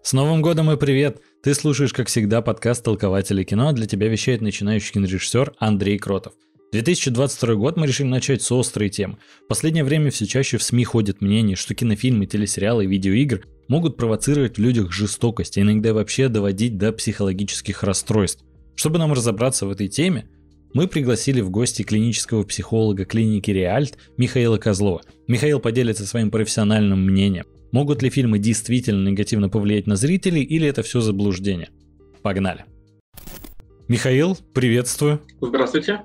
С Новым годом и привет! Ты слушаешь, как всегда, подкаст «Толкователи кино», а для тебя вещает начинающий кинорежиссер Андрей Кротов. 2022 год мы решили начать с острой темы. В последнее время все чаще в СМИ ходит мнение, что кинофильмы, телесериалы и видеоигры могут провоцировать в людях жестокость, а иногда вообще доводить до психологических расстройств. Чтобы нам разобраться в этой теме, мы пригласили в гости клинического психолога клиники Реальт Михаила Козлова. Михаил поделится своим профессиональным мнением. Могут ли фильмы действительно негативно повлиять на зрителей, или это все заблуждение? Погнали. Михаил, приветствую. Здравствуйте.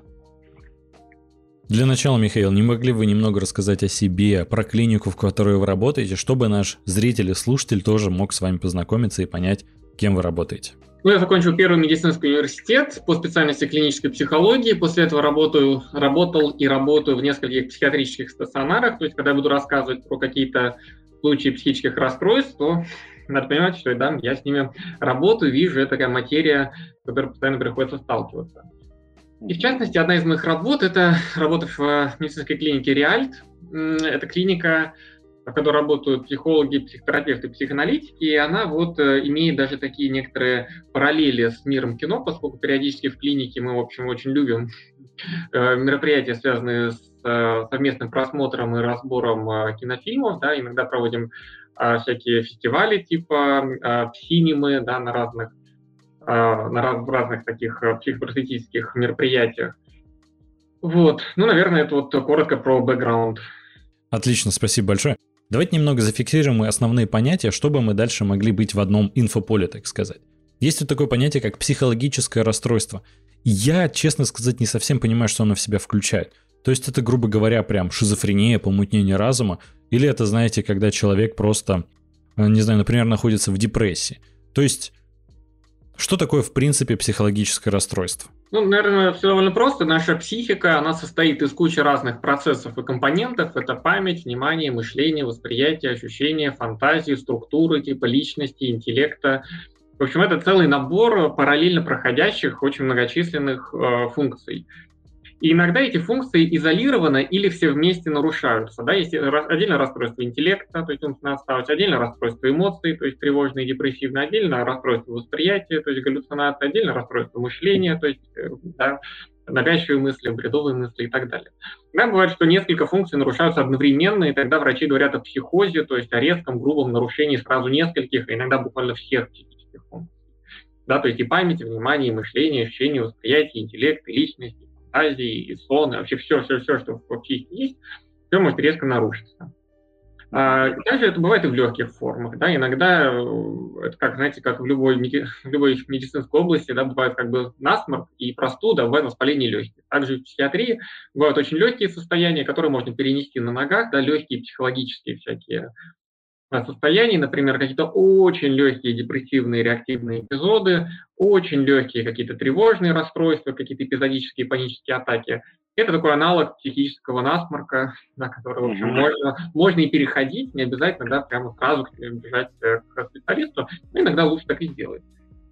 Для начала, Михаил, не могли бы вы немного рассказать о себе, про клинику, в которой вы работаете, чтобы наш зритель и слушатель тоже мог с вами познакомиться и понять, кем вы работаете? Я закончил первый медицинский университет по специальности клинической психологии. После этого работал и работаю в нескольких психиатрических стационарах. То есть, когда я буду рассказывать про какие-то случаи психических расстройств, то надо понимать, что да, я с ними работаю, вижу, это такая материя, с которой постоянно приходится сталкиваться. И в частности, одна из моих работ – это работа в медицинской клинике Реальт. Это клиника, в которой работают психологи, психотерапевты, психоаналитики, и она имеет даже такие некоторые параллели с миром кино, поскольку периодически в клинике мы, в общем, очень любим мероприятия, связанные с совместным просмотром и разбором кинофильмов, да, иногда проводим всякие фестивали типа псинимы, да, на разных таких психопросветительских мероприятиях. Наверное, это коротко про бэкграунд. Отлично, спасибо большое. Давайте немного зафиксируем основные понятия, чтобы мы дальше могли быть в одном инфополе, так сказать. Есть такое понятие, как психологическое расстройство. Я, честно сказать, не совсем понимаю, что оно в себя включает. То есть это, грубо говоря, прям шизофрения, помутнение разума, или это, знаете, когда человек просто, не знаю, например, находится в депрессии. То есть, что такое, в принципе, психологическое расстройство? Наверное, все довольно просто. Наша психика, она состоит из кучи разных процессов и компонентов. Это память, внимание, мышление, восприятие, ощущения, фантазии, структуры, типа личности, интеллекта. В общем, это целый набор параллельно проходящих очень многочисленных функций. И иногда эти функции изолированы или все вместе нарушаются. Да? Есть отдельное расстройство интеллекта, то есть умственная отсталость, отдельное расстройство эмоций, то есть тревожное и депрессивное, отдельное расстройство восприятия, то есть галлюцинация, отдельное расстройство мышления, то есть навязчивые мысли, бредовые мысли и так далее. Да, бывает, что несколько функций нарушаются одновременно, и тогда врачи говорят о психозе, то есть о резком, грубом нарушении сразу нескольких, а иногда буквально всех психических функций. Да, то есть и память, и внимание, и мышление, ощущение, восприятие, интеллект, и личность, фантазии, и сон, и вообще все, что в психике есть, все может резко нарушиться. Также это бывает и в легких формах. Да? Иногда это, как в любой медицинской области, да, бывает насморк и простуда, бывает воспаление легких. Также в психиатрии бывают очень легкие состояния, которые можно перенести на ногах, да, легкие психологические всякие состояний, например, какие-то очень легкие депрессивные реактивные эпизоды, очень легкие какие-то тревожные расстройства, какие-то эпизодические панические атаки. Это такой аналог психического насморка, на который, в общем, можно и переходить, не обязательно, да, прямо сразу бежать к специалисту, но иногда лучше так и сделать.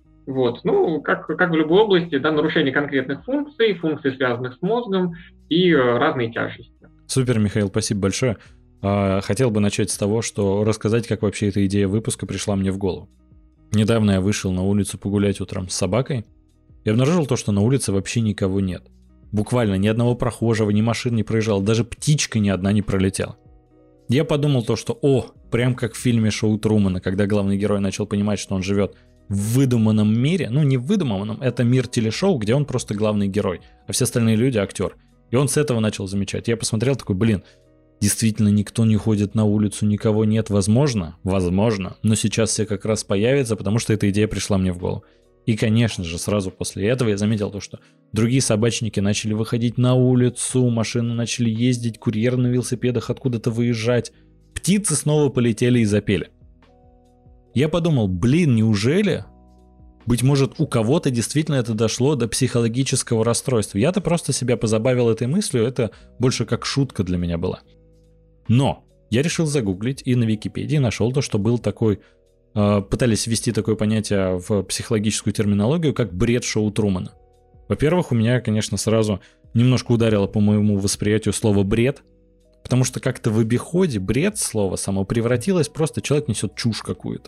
Как в любой области, да, нарушение конкретных функций, связанных с мозгом и разные тяжести. Супер, Михаил, спасибо большое. Хотел бы начать с того, что рассказать, как вообще эта идея выпуска пришла мне в голову. Недавно я вышел на улицу погулять утром с собакой и обнаружил то, что на улице вообще никого нет. Буквально ни одного прохожего, ни машин не проезжал, даже птичка ни одна не пролетела. Я подумал то, что прям как в фильме «Шоу Трумана», когда главный герой начал понимать, что он живет в выдуманном мире, не в выдуманном, это мир телешоу, где он просто главный герой, а все остальные люди актер. И он с этого начал замечать. Я посмотрел такой, действительно, никто не ходит на улицу, никого нет. Возможно, но сейчас все как раз появятся, потому что эта идея пришла мне в голову. И, конечно же, сразу после этого я заметил то, что другие собачники начали выходить на улицу, машины начали ездить, курьеры на велосипедах откуда-то выезжать. Птицы снова полетели и запели. Я подумал, неужели? Быть может, у кого-то действительно это дошло до психологического расстройства. Я-то просто себя позабавил этой мыслью, это больше как шутка для меня была. Но я решил загуглить и на Википедии нашел то, что был такой, пытались ввести такое понятие в психологическую терминологию, как бред шоу Трумана. Во-первых, у меня, конечно, сразу немножко ударило по моему восприятию слово бред, потому что как-то в обиходе бред слово само превратилось, просто человек несет чушь какую-то.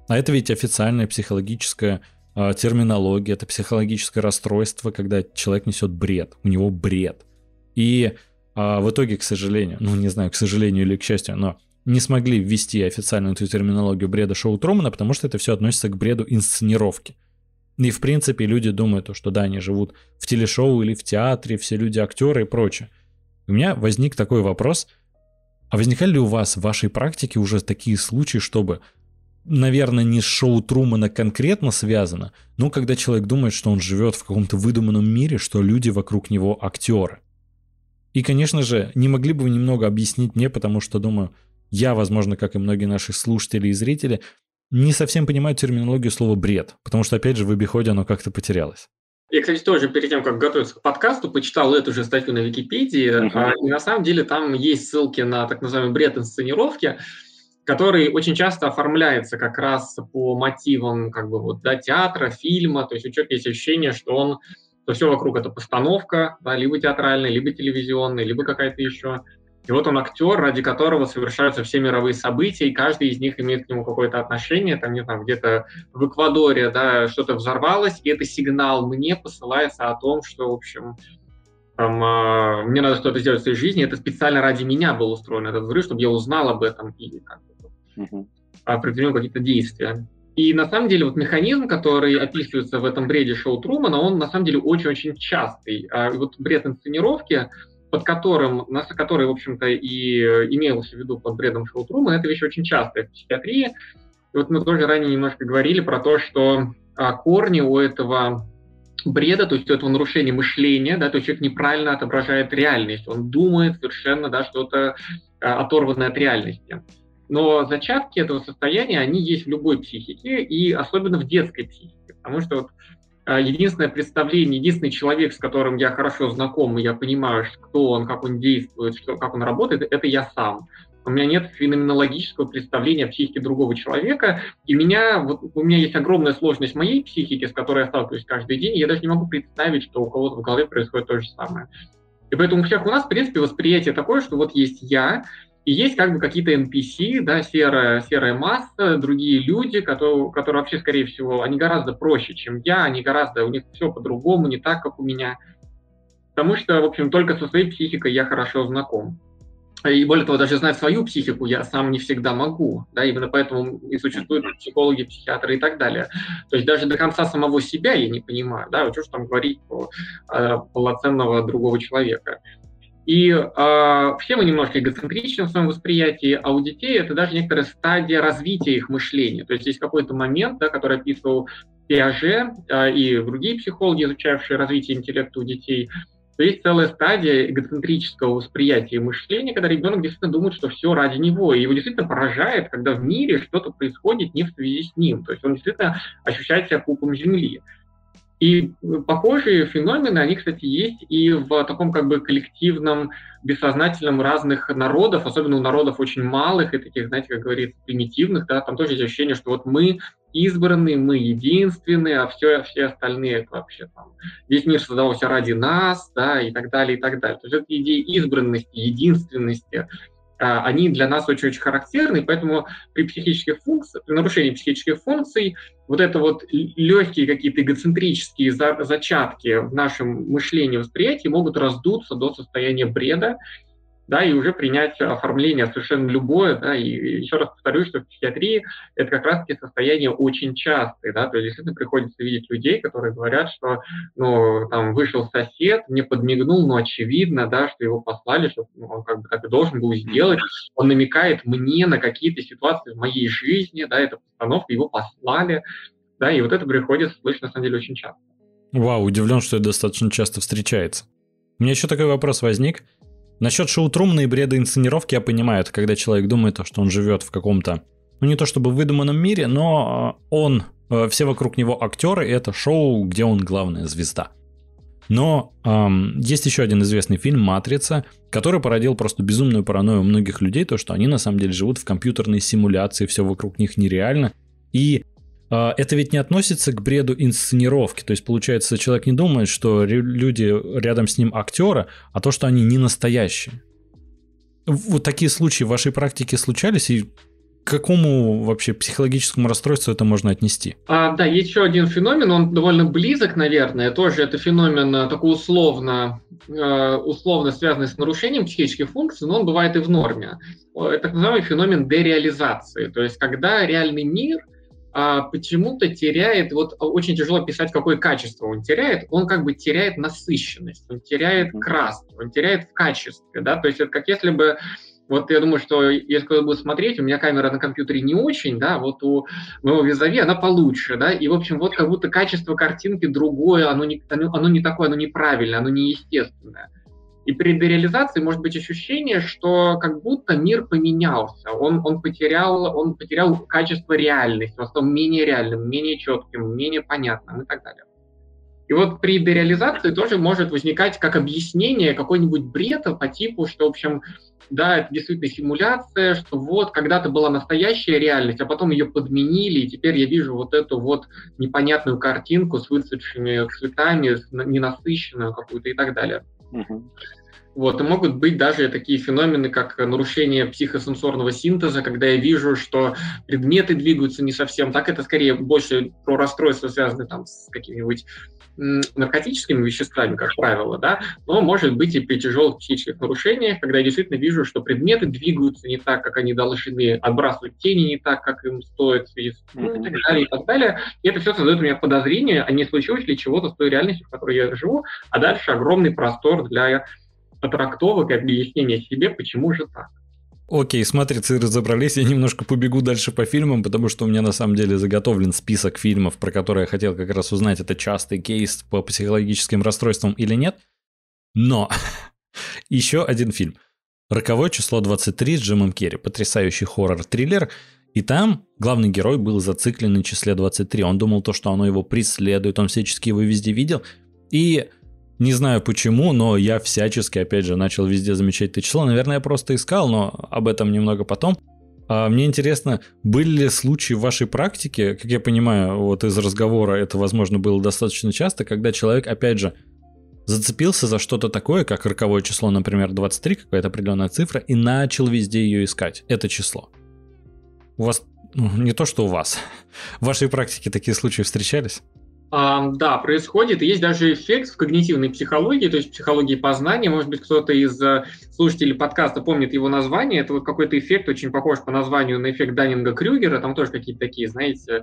А это ведь официальная психологическая терминология, это психологическое расстройство, когда человек несет бред, у него бред. И в итоге, к сожалению, не знаю, к сожалению или к счастью, но не смогли ввести официальную эту терминологию бреда шоу Трумана, потому что это все относится к бреду инсценировки. И, в принципе, люди думают, что да, они живут в телешоу или в театре, все люди актеры и прочее. У меня возник такой вопрос, а возникали ли у вас в вашей практике уже такие случаи, чтобы, наверное, не с шоу Трумана конкретно связано, но когда человек думает, что он живет в каком-то выдуманном мире, что люди вокруг него актеры? И, конечно же, не могли бы вы немного объяснить мне, потому что, думаю, я, возможно, как и многие наши слушатели и зрители, не совсем понимаю терминологию слова «бред», потому что, опять же, в обиходе оно как-то потерялось. Я, кстати, тоже перед тем, как готовиться к подкасту, почитал эту же статью на Википедии, и на самом деле там есть ссылки на так называемый бред инсценировки, который очень часто оформляется как раз по мотивам театра, фильма, то есть у человека есть ощущение, что все вокруг это постановка, да, либо театральная, либо телевизионная, либо какая-то еще. И вот он актер, ради которого совершаются все мировые события, и каждый из них имеет к нему какое-то отношение. Там, не знаю, где-то в Эквадоре, да, что-то взорвалось, и это сигнал мне посылается о том, что, в общем, мне надо что-то сделать в своей жизни. Это специально ради меня был устроен этот взрыв, чтобы я узнал об этом и предпринял какие-то действия. И на самом деле вот механизм, который описывается в этом бреде шоу Трумана, он на самом деле очень-очень частый. И вот бред инсценировки, который, в общем-то, и имелся в виду под бредом шоу Трумана, это вещь очень частая в психиатрии. И вот мы тоже ранее немножко говорили про то, что корни у этого бреда, то есть у этого нарушения мышления, да, то есть человек неправильно отображает реальность, он думает совершенно, да, что-то оторванное от реальности. Но зачатки этого состояния, они есть в любой психике, и особенно в детской психике, потому что вот единственное представление, единственный человек, с которым я хорошо знаком, и я понимаю, кто он, как он действует, как он работает, это я сам. У меня нет феноменологического представления о психике другого человека, и у меня есть огромная сложность моей психики, с которой я сталкиваюсь каждый день, и я даже не могу представить, что у кого-то в голове происходит то же самое. И поэтому у всех у нас, в принципе, восприятие такое, что вот есть я, и есть какие-то NPC, да, серая масса, другие люди, которые вообще, скорее всего, они гораздо проще, чем я, у них все по-другому, не так, как у меня. Потому что, в общем, только со своей психикой я хорошо знаком. И более того, даже знать свою психику я сам не всегда могу. Да, именно поэтому и существуют психологи, психиатры и так далее. То есть даже до конца самого себя я не понимаю, да, что же там говорить про полноценного другого человека. И все мы немножко эгоцентричны в своем восприятии, а у детей это даже некоторая стадия развития их мышления. То есть есть какой-то момент, да, который описывал Пиаже и другие психологи, изучавшие развитие интеллекта у детей, то есть целая стадия эгоцентрического восприятия и мышления, когда ребенок действительно думает, что все ради него. И его действительно поражает, когда в мире что-то происходит не в связи с ним. То есть он действительно ощущает себя пупом земли. И похожие феномены, они, кстати, есть и в таком коллективном, бессознательном разных народов, особенно у народов очень малых и таких, знаете, как говорится, примитивных, да, там тоже есть ощущение, что вот мы избранные, мы единственные, а все остальные это вообще там, весь мир создавался ради нас, да, и так далее, и так далее. То есть эти идеи избранности, единственности, они для нас очень-очень характерны, поэтому при нарушении психических функций вот это вот легкие какие-то эгоцентрические зачатки в нашем мышлении, восприятии могут раздуться до состояния бреда, да, и уже принять оформление совершенно любое, да, и еще раз повторюсь, что в психиатрии это как раз-таки состояние очень частое, да, то есть действительно приходится видеть людей, которые говорят, что, там вышел сосед, мне подмигнул, очевидно, да, что его послали, что он так и должен был сделать, он намекает мне на какие-то ситуации в моей жизни, да, это постановка, его послали, да, и вот это приходится слышать на самом деле очень часто. Вау, удивлен, что это достаточно часто встречается. У меня еще такой вопрос возник. Насчет шоу Трумана и бреда инсценировки я понимаю, это когда человек думает, что он живет в каком-то, не то чтобы выдуманном мире, но все вокруг него актеры, и это шоу, где он главная звезда. Но есть еще один известный фильм «Матрица», который породил просто безумную паранойю у многих людей, то, что они на самом деле живут в компьютерной симуляции, все вокруг них нереально. И это ведь не относится к бреду инсценировки. То есть, получается, человек не думает, что люди рядом с ним актеры, а то, что они не настоящие. Вот такие случаи в вашей практике случались? И какому вообще психологическому расстройству это можно отнести? Да, есть еще один феномен, он довольно близок, наверное, тоже это феномен такой условно связанный с нарушением психических функций, но он бывает и в норме. Это так называемый феномен дереализации, то есть когда реальный мир почему-то теряет, вот очень тяжело писать, какое качество он теряет, он как бы теряет насыщенность, он теряет краски, он теряет в качестве, да, то есть это как если бы, вот я думаю, что если кто-то будет смотреть, у меня камера на компьютере не очень, да, вот у моего визави она получше, да, и, в общем, вот как будто качество картинки другое, оно не такое, оно неправильное, оно неестественное. И при дереализации может быть ощущение, что как будто мир поменялся, он потерял качество реальности, он стал менее реальным, менее четким, менее понятным и так далее. И вот при дереализации тоже может возникать как объяснение какой-нибудь бред по типу, что, в общем, да, это действительно симуляция, что вот когда-то была настоящая реальность, а потом ее подменили, и теперь я вижу вот эту вот непонятную картинку с выцветшими цветами, ненасыщенную какую-то и так далее. Вот, и могут быть даже такие феномены, как нарушение психосенсорного синтеза, когда я вижу, что предметы двигаются не совсем так, это скорее больше про расстройства, связанные там с какими-нибудь наркотическими веществами, как правило, да, но может быть и при тяжелых психических нарушениях, когда я действительно вижу, что предметы двигаются не так, как они должны, отбрасывают тени не так, как им стоит, и так далее, и так далее. И это все создает у меня подозрение, а не случилось ли чего-то с той реальностью, в которой я живу, а дальше огромный простор для трактовок и объяснения себе, почему же так. Окей, с «Матрицей» разобрались, я немножко побегу дальше по фильмам, потому что у меня на самом деле заготовлен список фильмов, про которые я хотел как раз узнать, это частый кейс по психологическим расстройствам или нет. Но еще один фильм. «Роковое число 23» с Джимом Керри, потрясающий хоррор-триллер. И там главный герой был зациклен на числе 23. Он думал, что оно его преследует, он всячески его везде видел. И не знаю почему, но я всячески, опять же, начал везде замечать это число. Наверное, я просто искал, но об этом немного потом. Мне интересно, были ли случаи в вашей практике, как я понимаю, вот из разговора это, возможно, было достаточно часто, когда человек, опять же, зацепился за что-то такое, как роковое число, например, 23, какая-то определенная цифра, и начал везде ее искать, это число. У вас, не то что у вас, в вашей практике такие случаи встречались? Да, происходит. Есть даже эффект в когнитивной психологии, то есть психологии познания. Может быть, кто-то из слушателей подкаста помнит его название. Это вот какой-то эффект, очень похож по названию на эффект Даннинга-Крюгера. Там тоже какие-то такие, знаете,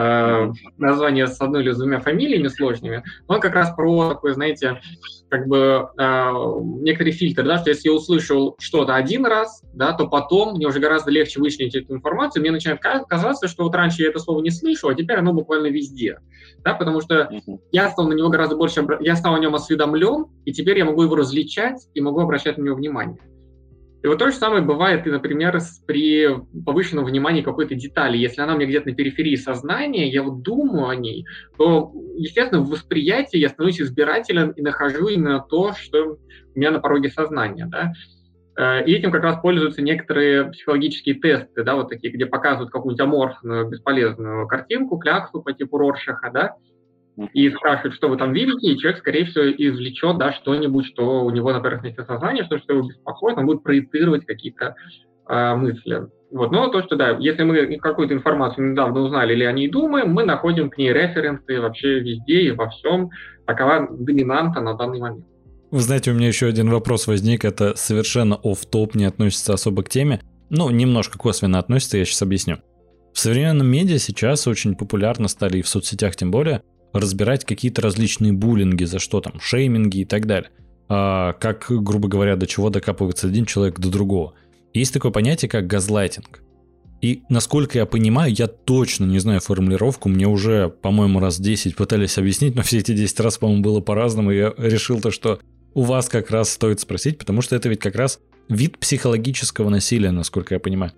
названия с одной или с двумя фамилиями сложными. Но он как раз про такой, знаете, как бы некоторый фильтр, да, что если я услышал что-то один раз, да, то потом мне уже гораздо легче вычленить эту информацию. Мне начинает казаться, что вот раньше я это слово не слышал, а теперь оно буквально везде. Да, потому что я стал на него гораздо больше, я стал о нем осведомлен, и теперь я могу его различать и могу обращать на него внимание. И вот то же самое бывает, например, при повышенном внимании какой-то детали. Если она у меня где-то на периферии сознания, я вот думаю о ней, то, естественно, в восприятии я становлюсь избирателен и нахожу именно то, что у меня на пороге сознания, да. И этим как раз пользуются некоторые психологические тесты, да, вот такие, где показывают какую-нибудь аморфную, бесполезную картинку, кляксу по типу Роршаха, да, и спрашивают, что вы там видите, и человек, скорее всего, извлечет, да, что-нибудь, что у него на поверхности сознания, что его беспокоит, он будет проецировать какие-то мысли. Вот. Но то, что, да, если мы какую-то информацию недавно узнали или о ней думаем, мы находим к ней референсы вообще везде и во всем. Такова доминанта на данный момент. Вы знаете, у меня еще один вопрос возник, это совершенно офф-топ, не относится особо к теме, но немножко косвенно относится, я сейчас объясню. В современном медиа сейчас очень популярно стали, и в соцсетях тем более, разбирать какие-то различные буллинги, за что там, шейминги и так далее. Как, грубо говоря, до чего докапывается один человек до другого. Есть такое понятие, как газлайтинг. И, насколько я понимаю, я точно не знаю формулировку, мне уже, по-моему, раз 10 пытались объяснить, но все эти 10 раз, по-моему, было по-разному, и я решил что у вас как раз стоит спросить, потому что это ведь как раз вид психологического насилия, насколько я понимаю.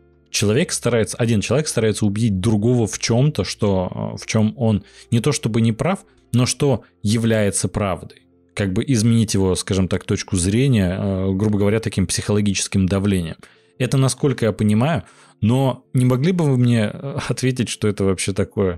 Один человек старается убедить другого в чем-то, в чем он не то чтобы не прав, но что является правдой. Как бы изменить его, скажем так, точку зрения, грубо говоря, таким психологическим давлением. Это, насколько я понимаю, но не могли бы вы мне ответить, что это вообще такое?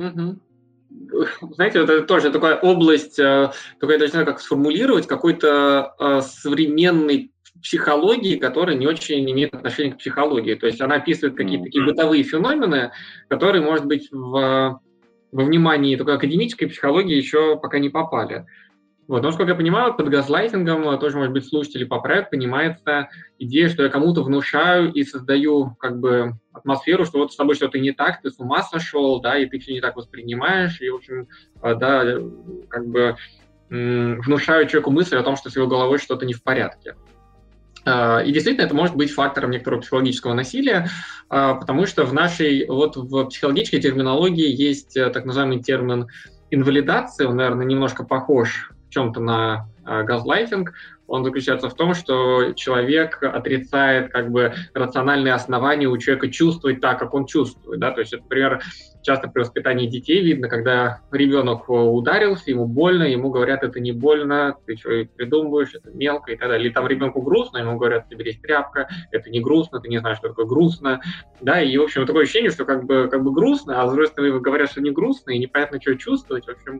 Знаете, это тоже такая область, только я даже не знаю, как сформулировать, какой-то современный психологии, которая не очень имеет отношения к психологии. То есть она описывает какие-то такие бытовые феномены, которые, может быть, во внимании такой академической психологии еще пока не попали. Вот. Но, насколько я понимаю, под газлайтингом, тоже, может быть, слушатели поправят, понимается идея, что я кому-то внушаю и создаю как бы атмосферу, что вот с тобой что-то не так, ты с ума сошел, да, и ты все не так воспринимаешь, и, в общем, да, как бы внушаю человеку мысль о том, что с его головой что-то не в порядке. И действительно, это может быть фактором некоторого психологического насилия, потому что в психологической терминологии есть так называемый термин инвалидации, он, наверное, немножко похож в чем-то на газлайтинг. Он заключается в том, что человек отрицает как бы рациональные основания у человека чувствовать так, как он чувствует. Да? То есть, например, часто при воспитании детей видно, когда ребенок ударился, ему больно, ему говорят, это не больно, ты что придумываешь, это мелко и так далее. Или там ребенку грустно, ему говорят, тебе есть тряпка, это не грустно, ты не знаешь, что такое грустно. Да? И, в общем, такое ощущение, что как бы грустно, а с другой стороны говорят, что не грустно, и непонятно, что чувствовать. В общем,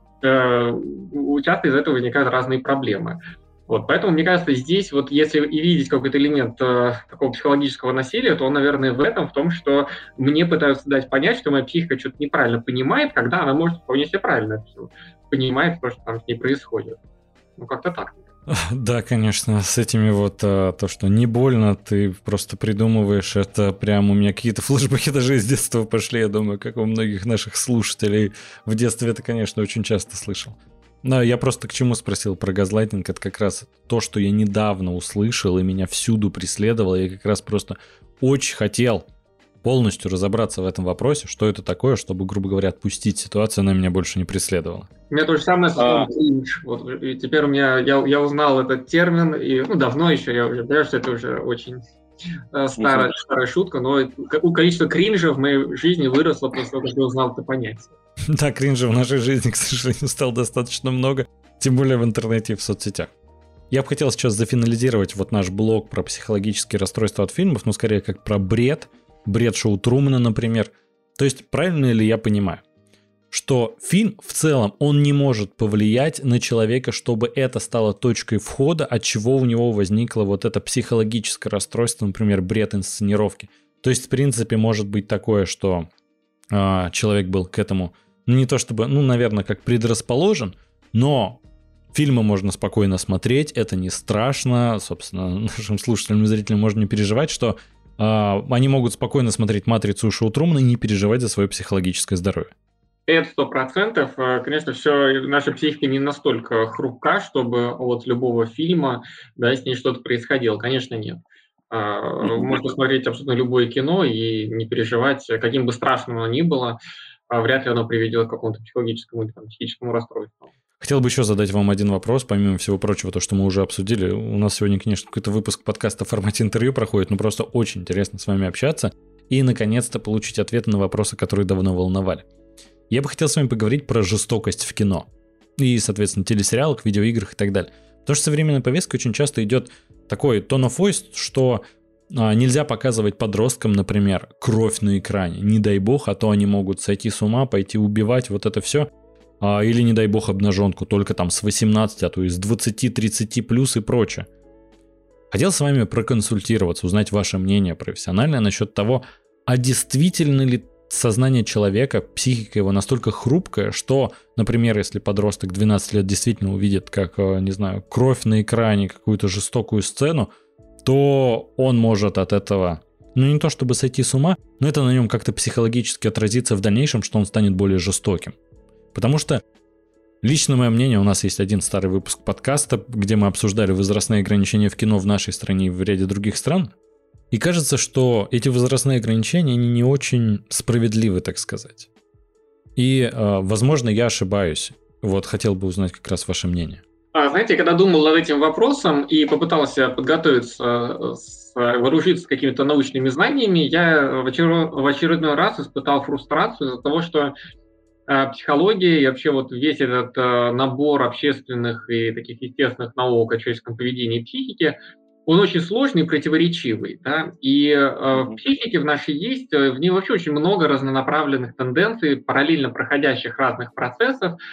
часто из этого возникают разные проблемы. Вот, поэтому, мне кажется, здесь вот если и видеть какой-то элемент такого психологического насилия, то он, наверное, в том, что мне пытаются дать понять, что моя психика что-то неправильно понимает, когда она может вполне себе правильно все понимает, то, что там с ней происходит. Ну, как-то так. Да, конечно, с этими вот то, что не больно, ты просто придумываешь, это прям у меня какие-то флешбеки даже из детства пошли, я думаю, как у многих наших слушателей. В детстве это, конечно, очень часто слышал. Но я просто к чему спросил про газлайтинг, это как раз то, что я недавно услышал и меня всюду преследовало, я как раз просто очень хотел полностью разобраться в этом вопросе, что это такое, чтобы, грубо говоря, отпустить ситуацию, она меня больше не преследовала. У меня то же самое с кринж. Вот, и теперь я узнал этот термин, и давно еще, я уже понимаю, что это уже очень старая шутка, но количество кринжа в моей жизни выросло после того, как я узнал это понятие. Да, кринжа в нашей жизни, к сожалению, стало достаточно много, тем более в интернете и в соцсетях. Я бы хотел сейчас зафинализировать вот наш блог про психологические расстройства от фильмов, но скорее как про бред шоу Трумана, например. То есть, правильно ли я понимаю, что фильм в целом, он не может повлиять на человека, чтобы это стало точкой входа, от чего у него возникло вот это психологическое расстройство, например, бред инсценировки. То есть, в принципе, может быть такое, что человек был к этому, не то чтобы, наверное, как предрасположен, но фильмы можно спокойно смотреть, это не страшно. Собственно, нашим слушателям и зрителям можно не переживать, что они могут спокойно смотреть «Матрицу» и шоу Трумана и не переживать за свое психологическое здоровье. Это 100%. Конечно, наша психика не настолько хрупка, чтобы от любого фильма, да, с ней что-то происходило. Конечно, нет. Можно смотреть абсолютно любое кино и не переживать, каким бы страшным оно ни было, вряд ли оно приведет к какому-то психологическому или психическому расстройству. Хотел бы еще задать вам один вопрос, помимо всего прочего, то, что мы уже обсудили. У нас сегодня, конечно, какой-то выпуск подкаста в формате интервью проходит, но просто очень интересно с вами общаться и, наконец-то, получить ответы на вопросы, которые давно волновали. Я бы хотел с вами поговорить про жестокость в кино и, соответственно, телесериалах, видеоиграх и так далее. Потому что современная повестка очень часто идет такой tone of voice, что нельзя показывать подросткам, например, кровь на экране. Не дай бог, а то они могут сойти с ума, пойти убивать, вот это все. Или, не дай бог, обнаженку, только там с 18, а то и с 20-30 плюс и прочее. Хотел с вами проконсультироваться, узнать ваше мнение профессиональное насчет того, а действительно ли сознание человека, психика его настолько хрупкая, что, например, если подросток 12 лет действительно увидит, как, не знаю, кровь на экране, какую-то жестокую сцену, то он может от этого, не то чтобы сойти с ума, но это на нем как-то психологически отразится в дальнейшем, что он станет более жестоким. Потому что, лично мое мнение, у нас есть один старый выпуск подкаста, где мы обсуждали возрастные ограничения в кино в нашей стране и в ряде других стран. И кажется, что эти возрастные ограничения, они не очень справедливы, так сказать. И, возможно, я ошибаюсь. Вот, хотел бы узнать как раз ваше мнение. Знаете, когда думал над этим вопросом и попытался подготовиться, вооружиться какими-то научными знаниями, я в очередной раз испытал фрустрацию из-за того, что психология и вообще вот весь этот набор общественных и таких естественных наук о человеческом поведении и психике, он очень сложный и противоречивый. Да? И в психике в нашей есть, в ней вообще очень много разнонаправленных тенденций, параллельно проходящих разных процессов.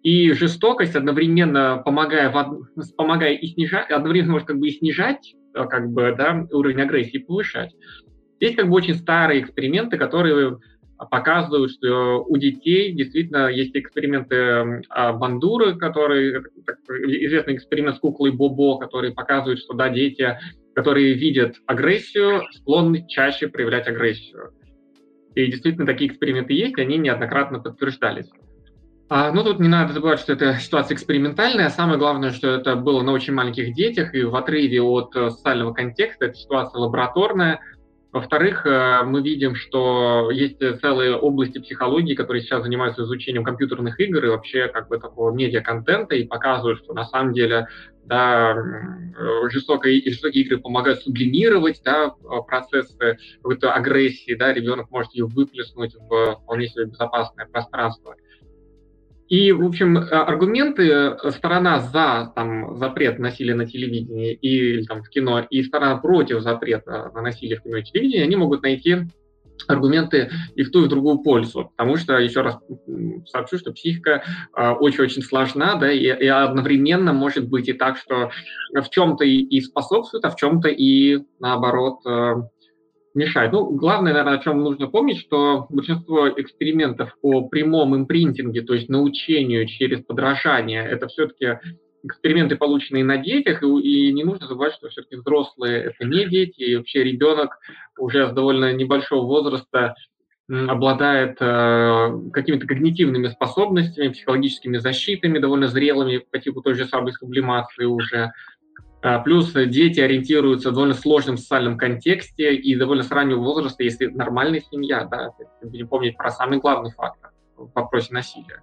И жестокость одновременно помогая и снижать, одновременно может как бы и снижать как бы, да, уровень агрессии, и повышать. Есть как бы очень старые эксперименты, которые показывают, что у детей действительно есть эксперименты Бандуры, который известный эксперимент с куклой Бобо, который показывает, что да, дети, которые видят агрессию, склонны чаще проявлять агрессию. И действительно такие эксперименты есть, они неоднократно подтверждались. Но тут не надо забывать, что это ситуация экспериментальная. Самое главное, что это было на очень маленьких детях и в отрыве от социального контекста. Это ситуация лабораторная. Во-вторых, мы видим, что есть целые области психологии, которые сейчас занимаются изучением компьютерных игр и вообще как бы такого медиа-контента, и показывают, что на самом деле да, жестокие игры помогают сублимировать, да, процессы какой-то агрессии, да, ребенок может ее выплеснуть в вполне себе безопасное пространство. И, в общем, аргументы, сторона за там, запрет насилия на телевидении или там, в кино, и сторона против запрета на насилие в кино и телевидении, они могут найти аргументы и в ту, и в другую пользу. Потому что, еще раз сообщу, что психика очень-очень сложна, да, и одновременно может быть и так, что в чем-то и способствует, а в чем-то и, наоборот, мешает. Ну, главное, наверное, о чем нужно помнить, что большинство экспериментов по прямом импринтинге, то есть научению через подражание, это все-таки эксперименты, полученные на детях, и не нужно забывать, что все-таки взрослые – это не дети, и вообще ребенок уже с довольно небольшого возраста обладает какими-то когнитивными способностями, психологическими защитами, довольно зрелыми по типу той же самой сублимации уже. Плюс дети ориентируются в довольно сложном социальном контексте и довольно с раннего возраста, если нормальная семья, да, будем помнить про самый главный фактор в вопросе насилия.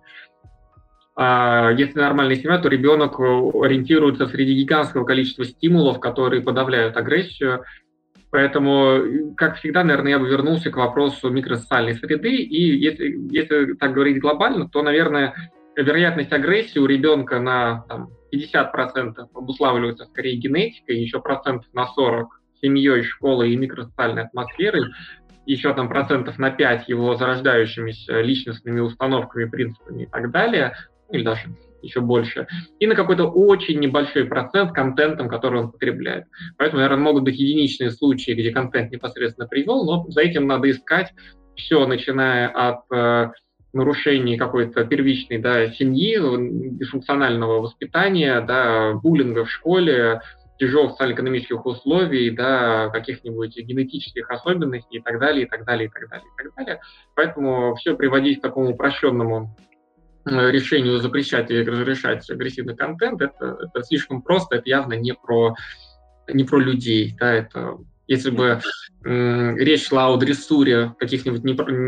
Если нормальная семья, то ребенок ориентируется среди гигантского количества стимулов, которые подавляют агрессию. Поэтому, как всегда, наверное, я бы вернулся к вопросу микросоциальной среды. И если так говорить глобально, то, наверное, вероятность агрессии у ребенка на 50% обуславливается скорее генетикой, еще процентов на 40% семьей, школой и микросоциальной атмосферой, еще там процентов на 5% его зарождающимися личностными установками, принципами и так далее, или даже еще больше, и на какой-то очень небольшой процент контентом, который он потребляет. Поэтому, наверное, могут быть единичные случаи, где контент непосредственно привел, но за этим надо искать все, начиная от нарушений какой-то первичной, да, семьи, дисфункционального воспитания, да, буллинга в школе, тяжелых социально-экономических условий, да, каких-нибудь генетических особенностей и так далее, и так далее, и так далее, и так далее. Поэтому все приводить к такому упрощенному решению запрещать или разрешать агрессивный контент, это слишком просто, это явно не про людей, да, это если бы речь шла о дрессуре каких-нибудь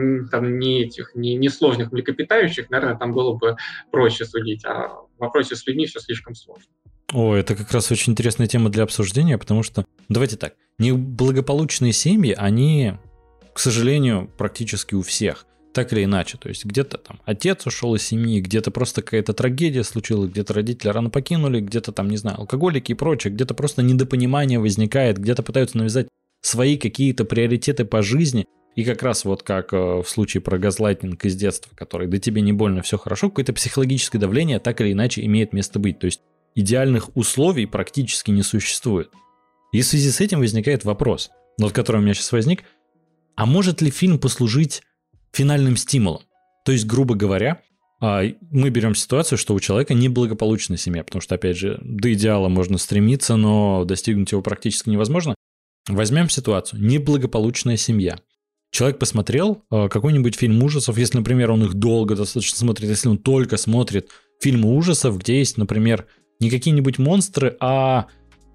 не сложных млекопитающих, наверное, там было бы проще судить, а в вопросе с людьми все слишком сложно. О, это как раз очень интересная тема для обсуждения, потому что, давайте так, неблагополучные семьи, они, к сожалению, практически у всех. Так или иначе, то есть где-то там отец ушел из семьи, где-то просто какая-то трагедия случилась, где-то родители рано покинули, где-то там, не знаю, алкоголики и прочее, где-то просто недопонимание возникает, где-то пытаются навязать свои какие-то приоритеты по жизни, и как раз вот как в случае про газлайтинг из детства, который да тебе не больно, все хорошо, какое-то психологическое давление так или иначе имеет место быть, то есть идеальных условий практически не существует. И в связи с этим возникает вопрос, вот который у меня сейчас возник, а может ли фильм послужить финальным стимулом? То есть, грубо говоря, мы берем ситуацию, что у человека неблагополучная семья, потому что, опять же, до идеала можно стремиться, но достигнуть его практически невозможно. Возьмем ситуацию. Неблагополучная семья. Человек посмотрел какой-нибудь фильм ужасов, если, например, он их долго достаточно смотрит, если он только смотрит фильмы ужасов, где есть, например, не какие-нибудь монстры, а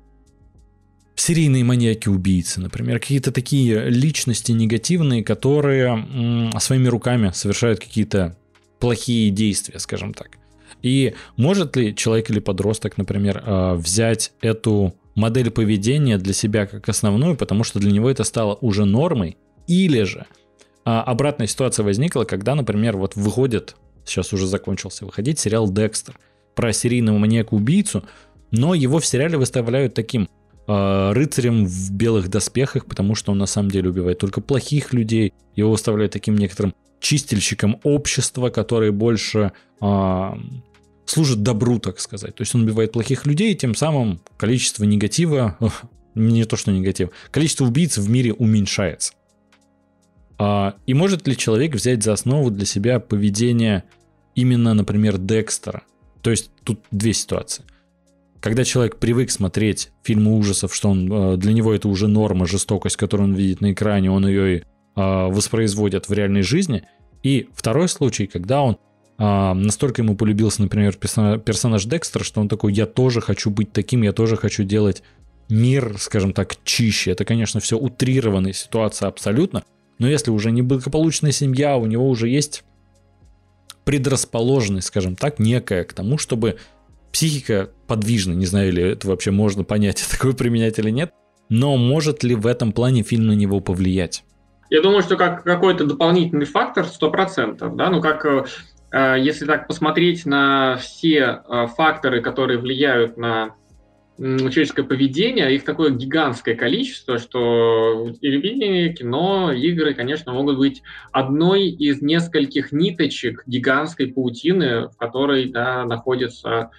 серийные маньяки-убийцы, например, какие-то такие личности негативные, которые своими руками совершают какие-то плохие действия, скажем так. И может ли человек или подросток, например, взять эту модель поведения для себя как основную, потому что для него это стало уже нормой, или же обратная ситуация возникла, когда, например, вот выходит, сейчас уже закончился выходить сериал «Декстер» про серийного маньяка-убийцу, но его в сериале выставляют таким рыцарем в белых доспехах, потому что он на самом деле убивает только плохих людей. Его выставляют таким некоторым чистильщиком общества, который больше служит добру, так сказать. То есть он убивает плохих людей, и тем самым количество негатива, не то что негатив, количество убийц в мире уменьшается. И может ли человек взять за основу для себя поведение именно, например, Декстера? То есть тут две ситуации. Когда человек привык смотреть фильмы ужасов, что для него это уже норма, жестокость, которую он видит на экране, он ее и воспроизводит в реальной жизни. И второй случай, когда он настолько ему полюбился, например, персонаж Декстера, что он такой: я тоже хочу быть таким, я тоже хочу делать мир, скажем так, чище. Это, конечно, все утрированная ситуация абсолютно, но если уже неблагополучная семья, у него уже есть предрасположенность, скажем так, некая к тому, чтобы психика подвижна, не знаю, ли это вообще можно понять, такое применять или нет, но может ли в этом плане фильм на него повлиять? Я думаю, что как какой-то дополнительный фактор 100%, да, ну как если так посмотреть на все факторы, которые влияют на человеческое поведение, их такое гигантское количество, что телевидение, кино, игры, конечно, могут быть одной из нескольких ниточек гигантской паутины, в которой, да, находится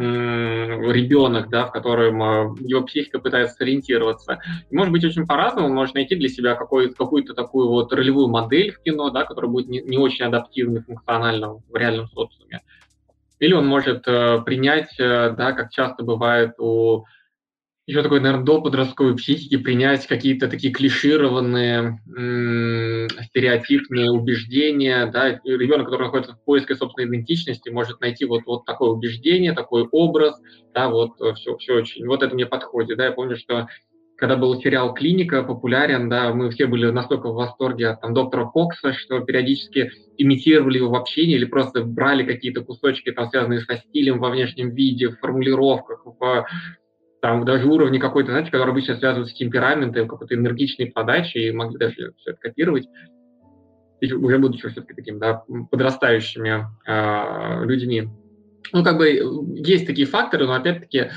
ребенок, да, в котором его психика пытается сориентироваться. И может быть очень по-разному, может найти для себя какую-то такую вот ролевую модель в кино, да, которая будет не очень адаптивной, функциональна в реальном социуме. Или он может принять, да, как часто бывает у еще такой, наверное, до подростковой психики, принять какие-то такие клишированные, стереотипные убеждения. Да. Ребенок, который находится в поиске собственной идентичности, может найти вот такое убеждение, такой образ. Да, вот все очень. Вот это мне подходит. Да. Я помню, что когда был сериал «Клиника» популярен, да, мы все были настолько в восторге от доктора Кокса, что периодически имитировали его в общении или просто брали какие-то кусочки, связанные со стилем во внешнем виде, в формулировках, даже уровне какой-то, знаете, который обычно связывают с темпераментом, какой-то энергичной подачей, и могли даже все это копировать, и уже будучи все-таки такими, да, подрастающими людьми. Ну, есть такие факторы, но, опять-таки,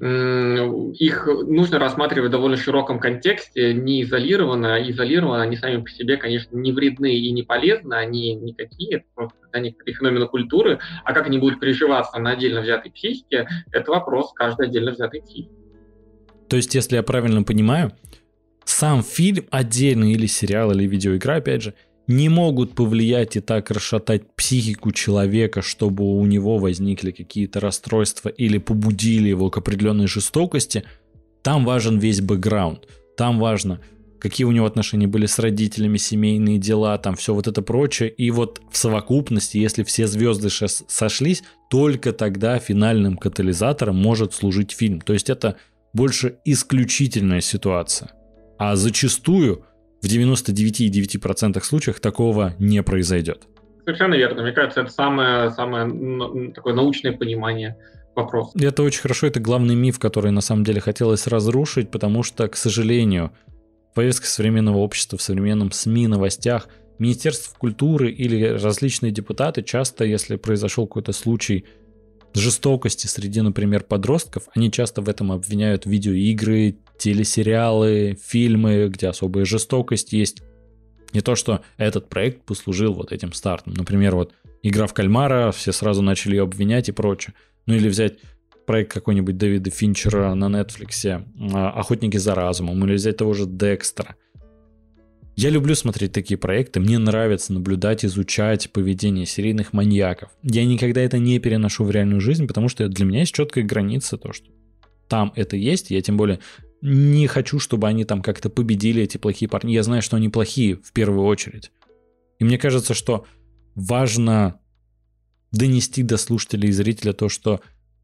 их нужно рассматривать в довольно широком контексте, не изолированно. Изолированно они сами по себе, конечно, не вредны и не полезны, они никакие, это просто некоторые феномены культуры, а как они будут приживаться на отдельно взятой психике, это вопрос каждой отдельно взятой психики. То есть, если я правильно понимаю, сам фильм отдельно или сериал, или видеоигра, опять же, не могут повлиять и так расшатать психику человека, чтобы у него возникли какие-то расстройства или побудили его к определенной жестокости. Там важен весь бэкграунд. Там важно, какие у него отношения были с родителями, семейные дела, там все вот это прочее. И вот в совокупности, если все звезды сошлись, только тогда финальным катализатором может служить фильм. То есть это больше исключительная ситуация. А зачастую в 99,9% случаях такого не произойдет. Совершенно верно. Мне кажется, это самое такое научное понимание вопроса. Это очень хорошо. Это главный миф, который на самом деле хотелось разрушить, потому что, к сожалению, в повестке современного общества, в современном СМИ, новостях, Министерство культуры или различные депутаты часто, если произошел какой-то случай жестокости среди, например, подростков, они часто в этом обвиняют видеоигры, телесериалы, фильмы, где особая жестокость есть. Не то, что этот проект послужил вот этим стартом. Например, вот «Игра в кальмара», все сразу начали ее обвинять и прочее. Ну или взять проект какой-нибудь Дэвида Финчера на Netflix, «Охотники за разумом», или взять того же Декстера. Я люблю смотреть такие проекты, мне нравится наблюдать, изучать поведение серийных маньяков. Я никогда это не переношу в реальную жизнь, потому что для меня есть четкая граница, то, что там это есть, я тем более не хочу, чтобы они там как-то победили, эти плохие парни. Я знаю, что они плохие в первую очередь. И мне кажется, что важно донести до слушателей и зрителя то, что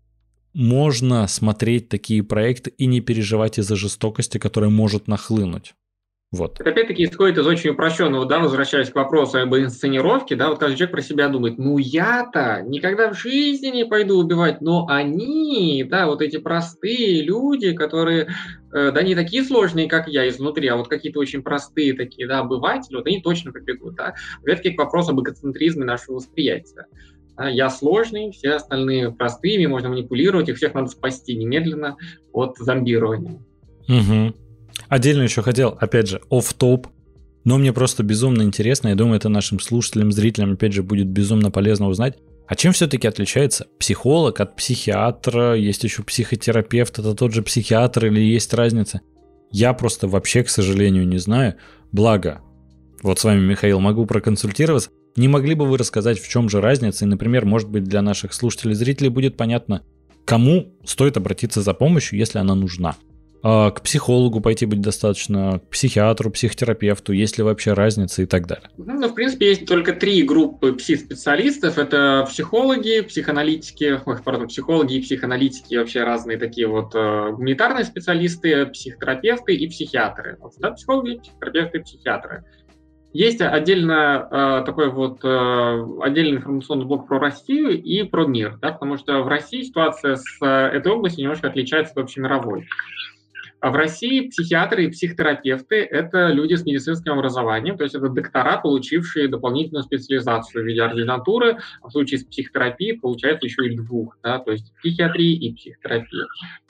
можно смотреть такие проекты и не переживать из-за жестокости, которая может нахлынуть. Вот. Это опять-таки исходит из очень упрощенного, да, возвращаясь к вопросу об инсценировке, да, вот каждый человек про себя думает, я-то никогда в жизни не пойду убивать, но они, да, вот эти простые люди, которые, да, не такие сложные, как я изнутри, а вот какие-то очень простые такие, да, обыватели, вот они точно побегут, да. Опять-таки к вопросу об эгоцентризме нашего восприятия. Я сложный, все остальные простые, ими можно манипулировать, их всех надо спасти немедленно от зомбирования. Угу. Отдельно еще хотел, опять же, офф-топ, но мне просто безумно интересно, я думаю, это нашим слушателям, зрителям, опять же, будет безумно полезно узнать, А чем все-таки отличается психолог от психиатра? Есть еще психотерапевт, это тот же психиатр или есть разница? Я просто вообще, к сожалению, не знаю. Благо, вот с вами, Михаил, могу проконсультироваться. Не могли бы вы рассказать, в чем же разница? И, например, может быть, для наших слушателей и зрителей будет понятно, кому стоит обратиться за помощью, если она нужна. К психологу пойти будет достаточно, к психиатру, психотерапевту, есть ли вообще разница и так далее? Ну, в принципе, есть только 3 группы психоспециалистов. Это психологи, психологи и психоаналитики, вообще разные такие вот гуманитарные специалисты, психотерапевты и психиатры. Да, психологи, психотерапевты и психиатры. Есть отдельно отдельный информационный блок про Россию и про мир, да, потому что в России ситуация с этой областью немножко отличается от общемировой. А в России психиатры и психотерапевты – это люди с медицинским образованием, то есть это доктора, получившие дополнительную специализацию в виде ординатуры, а в случае с психотерапией получается еще и 2, да, то есть психиатрии и психотерапии.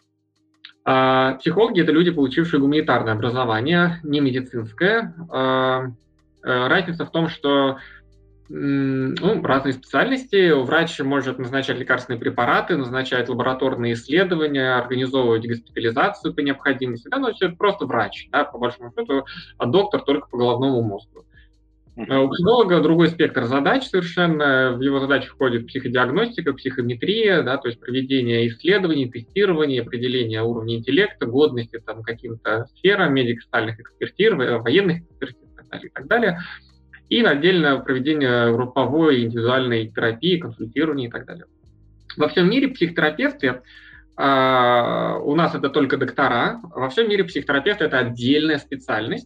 А психологи – это люди, получившие гуманитарное образование, не медицинское. Разница в том, что разные специальности. Врач может назначать лекарственные препараты, назначать лабораторные исследования, организовывать госпитализацию по необходимости. Да, но это просто врач, да, по большому счету, а доктор только по головному мозгу. У психолога другой спектр задач совершенно. В его задачи входит психодиагностика, психометрия, да, то есть проведение исследований, тестирование, определение уровня интеллекта, годности там, каким-то сферам, медико-социальных экспертиз, военных экспертиз и так далее. И отдельно проведение групповой индивидуальной терапии, консультирования и так далее. Во всем мире психотерапевты, у нас это только доктора, во всем мире психотерапевты – это отдельная специальность,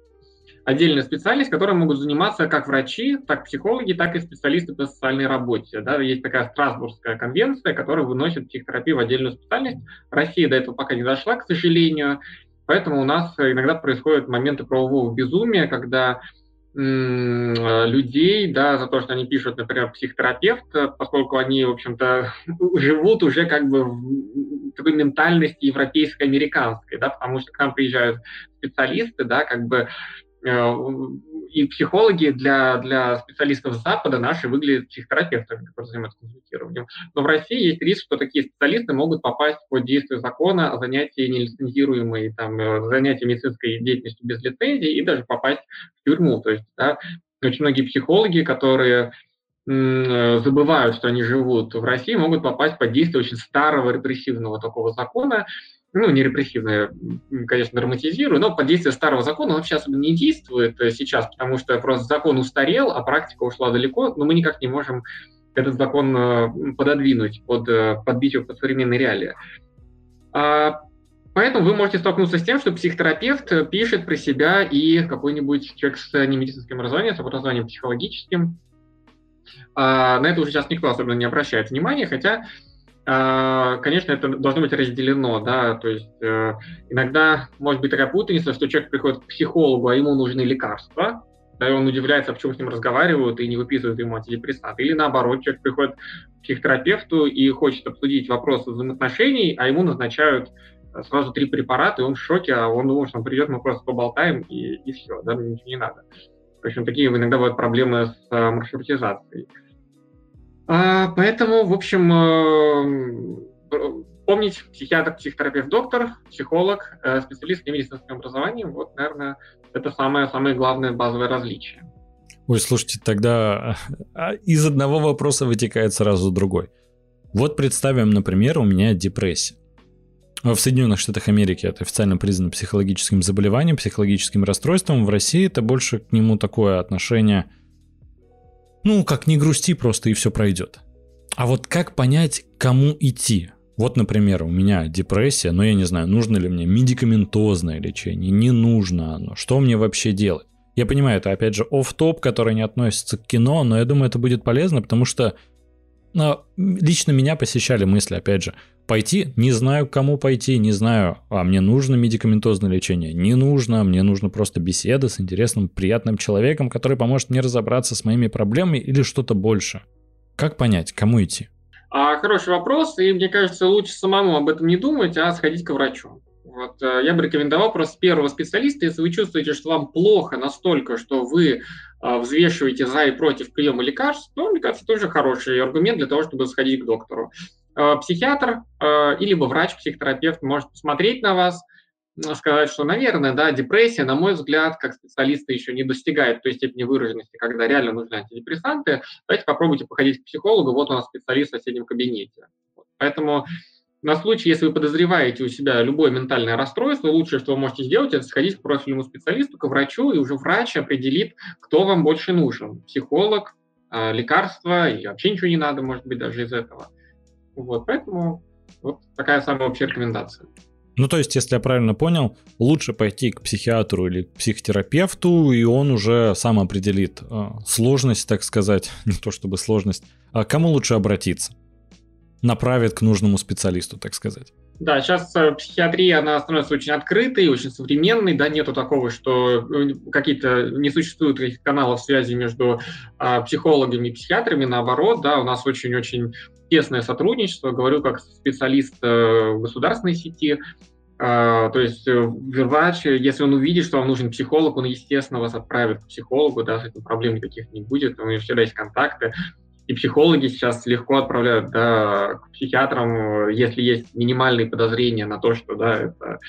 которой могут заниматься как врачи, так психологи, так и специалисты по социальной работе. Да, есть такая Страсбургская конвенция, которая выносит психотерапию в отдельную специальность. Россия до этого пока не дошла, к сожалению, поэтому у нас иногда происходят моменты правового безумия, когда людей, да, за то, что они пишут, например, психотерапевт, поскольку они, в общем-то, живут уже как бы в такой ментальности европейско-американской, да, потому что к нам приезжают специалисты, да, как бы и психологи для специалистов Запада наши выглядят психотерапевтами, которые занимаются консультированием. Но в России есть риск, что такие специалисты могут попасть под действие закона о занятии нелицензируемой, занятии медицинской деятельностью без лицензии и даже попасть в тюрьму. То есть, да, очень многие психологи, которые забывают, что они живут в России, могут попасть под действие очень старого репрессивного такого закона, не репрессивное, конечно, норматизирую, но под действие старого закона он вообще особо не действует сейчас, потому что просто закон устарел, а практика ушла далеко, но мы никак не можем этот закон пододвинуть, подбить его под современные реалии. Поэтому вы можете столкнуться с тем, что психотерапевт пишет про себя и какой-нибудь человек с немедицинским образованием, с образованием психологическим. На это уже сейчас никто особенно не обращает внимания, хотя конечно, это должно быть разделено, да, то есть иногда может быть такая путаница, что человек приходит к психологу, а ему нужны лекарства, да, и он удивляется, почему с ним разговаривают и не выписывают ему антидепрессанты. Или наоборот, человек приходит к психотерапевту и хочет обсудить вопросы взаимоотношений, а ему назначают сразу 3 препарата, и он в шоке, а он думает, что он придет, мы просто поболтаем, и все, да, ничего не надо. В общем, такие иногда бывают проблемы с маршрутизацией. Поэтому, в общем, помнить: психиатр, психотерапевт, доктор, психолог, специалист с медицинским образованием, вот, наверное, это самое главное базовое различие. Ой, слушайте, тогда из одного вопроса вытекает сразу другой. Вот представим, например, у меня депрессия. В Соединенных Штатах Америки это официально признано психологическим заболеванием, психологическим расстройством. В России это больше к нему такое отношение... как не грусти просто, и все пройдет. А вот как понять, кому идти? Вот, например, у меня депрессия, но я не знаю, нужно ли мне медикаментозное лечение, не нужно оно, что мне вообще делать? Я понимаю, это опять же офф-топ, который не относится к кино, но я думаю, это будет полезно, потому что лично меня посещали мысли, опять же, пойти, не знаю, к кому пойти, не знаю, мне нужно медикаментозное лечение, не нужно, мне нужно просто беседа с интересным, приятным человеком, который поможет мне разобраться с моими проблемами или что-то больше. Как понять, кому идти? Хороший вопрос, и мне кажется, лучше самому об этом не думать, а сходить к врачу. Вот, я бы рекомендовал просто первого специалиста, если вы чувствуете, что вам плохо настолько, что вы взвешиваете за и против приема лекарств, ну, мне кажется, тоже хороший аргумент для того, чтобы сходить к доктору. Психиатр или врач-психотерапевт может посмотреть на вас, сказать, что, наверное, да, депрессия, на мой взгляд, как специалисты еще не достигает той степени выраженности, когда реально нужны антидепрессанты. Давайте попробуйте походить к психологу, вот у нас специалист в соседнем кабинете. Поэтому на случай, если вы подозреваете у себя любое ментальное расстройство, лучшее, что вы можете сделать, это сходить к профильному специалисту, к врачу, и уже врач определит, кто вам больше нужен. Психолог, лекарства, и вообще ничего не надо, может быть, даже из этого. Вот, поэтому вот такая самая общая рекомендация. Ну, то есть, если я правильно понял, лучше пойти к психиатру или к психотерапевту, и он уже сам определит сложность, так сказать, не то чтобы сложность, а кому лучше обратиться, направит к нужному специалисту, так сказать. Да, сейчас психиатрия, она становится очень открытой, очень современной, да, нету такого, что какие-то не существует каких-то каналов связи между психологами и психиатрами, наоборот, да, у нас очень-очень тесное сотрудничество, говорю как специалист государственной сети, то есть врач, если он увидит, что вам нужен психолог, он, естественно, вас отправит к психологу, да, с этим проблем никаких не будет, у него всегда есть контакты. И психологи сейчас легко отправляют, да, к психиатрам, если есть минимальные подозрения на то, что, да, это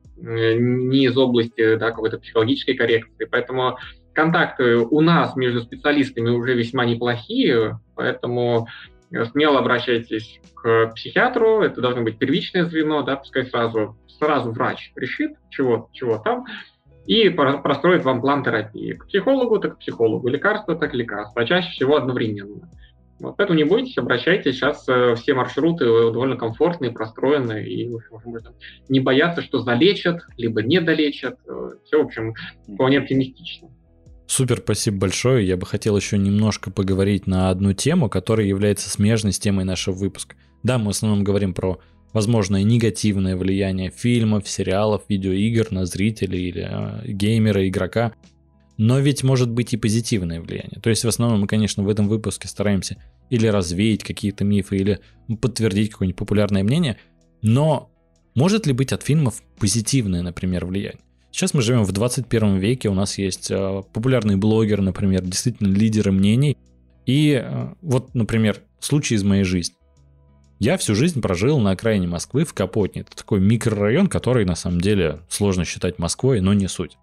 не из области, да, какой-то психологической коррекции. Поэтому контакты у нас между специалистами уже весьма неплохие, поэтому смело обращайтесь к психиатру, это должно быть первичное звено, да, пускай сразу врач решит, чего там, и простроит вам план терапии. К психологу, так к психологу, лекарство, так лекарство, а чаще всего одновременно. Вот, поэтому не бойтесь, обращайтесь. Сейчас все маршруты довольно комфортные, простроены, и в общем, можно не бояться, что залечат, либо не долечат. Все, в общем, вполне оптимистично. Супер, спасибо большое. Я бы хотел еще немножко поговорить на одну тему, которая является смежной с темой нашего выпуска. Да, мы в основном говорим про возможное негативное влияние фильмов, сериалов, видеоигр на зрителей или геймера, игрока. Но ведь может быть и позитивное влияние. То есть в основном мы, конечно, в этом выпуске стараемся или развеять какие-то мифы, или подтвердить какое-нибудь популярное мнение. Но может ли быть от фильмов позитивное, например, влияние? Сейчас мы живем в 21 веке, у нас есть популярные блогеры, например, действительно лидеры мнений. И вот, например, случай из моей жизни. Я всю жизнь прожил на окраине Москвы в Капотне. Это такой микрорайон, который на самом деле сложно считать Москвой, но не суть.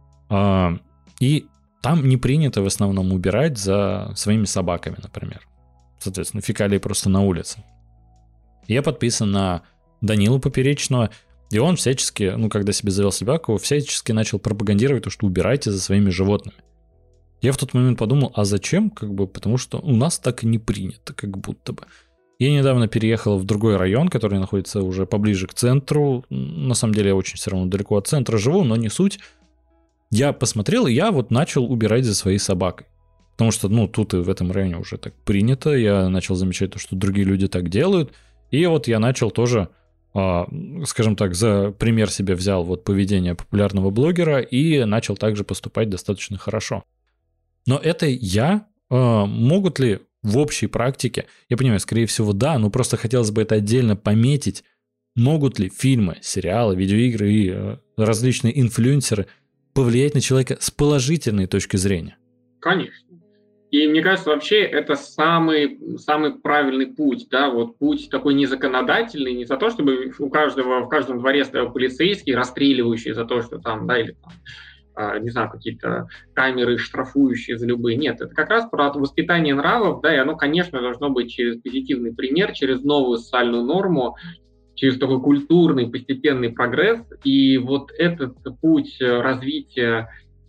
И там не принято в основном убирать за своими собаками, например. Соответственно, фекалии просто на улице. Я подписан на Данилу Поперечного, и он всячески, когда себе завел собаку, всячески начал пропагандировать то, что убирайте за своими животными. Я в тот момент подумал, а зачем? Потому что у нас так и не принято, как будто бы. Я недавно переехал в другой район, который находится уже поближе к центру. На самом деле я очень все равно далеко от центра живу, но не суть. Я посмотрел, и я вот начал убирать за своей собакой. Потому что, тут и в этом районе уже так принято. Я начал замечать то, что другие люди так делают. И вот я начал тоже, скажем так, за пример себе взял вот поведение популярного блогера и начал также поступать достаточно хорошо. Но это могут ли в общей практике, я понимаю, скорее всего, да, но просто хотелось бы это отдельно пометить, могут ли фильмы, сериалы, видеоигры и различные инфлюенсеры повлиять на человека с положительной точки зрения? Конечно. И мне кажется, вообще это самый правильный путь, да, вот путь такой не законодательный, не за то, чтобы в каждом дворе стоял полицейский, расстреливающий за то, что там, да, или там, не знаю, какие-то камеры, штрафующие за любые. Нет, это как раз про воспитание нравов, да, и оно, конечно, должно быть через позитивный пример, через новую социальную норму, через такой культурный постепенный прогресс. И вот этот путь развития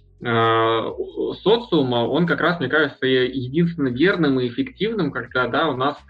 социума, он как раз, мне кажется, единственно верным и эффективным, когда, да, у нас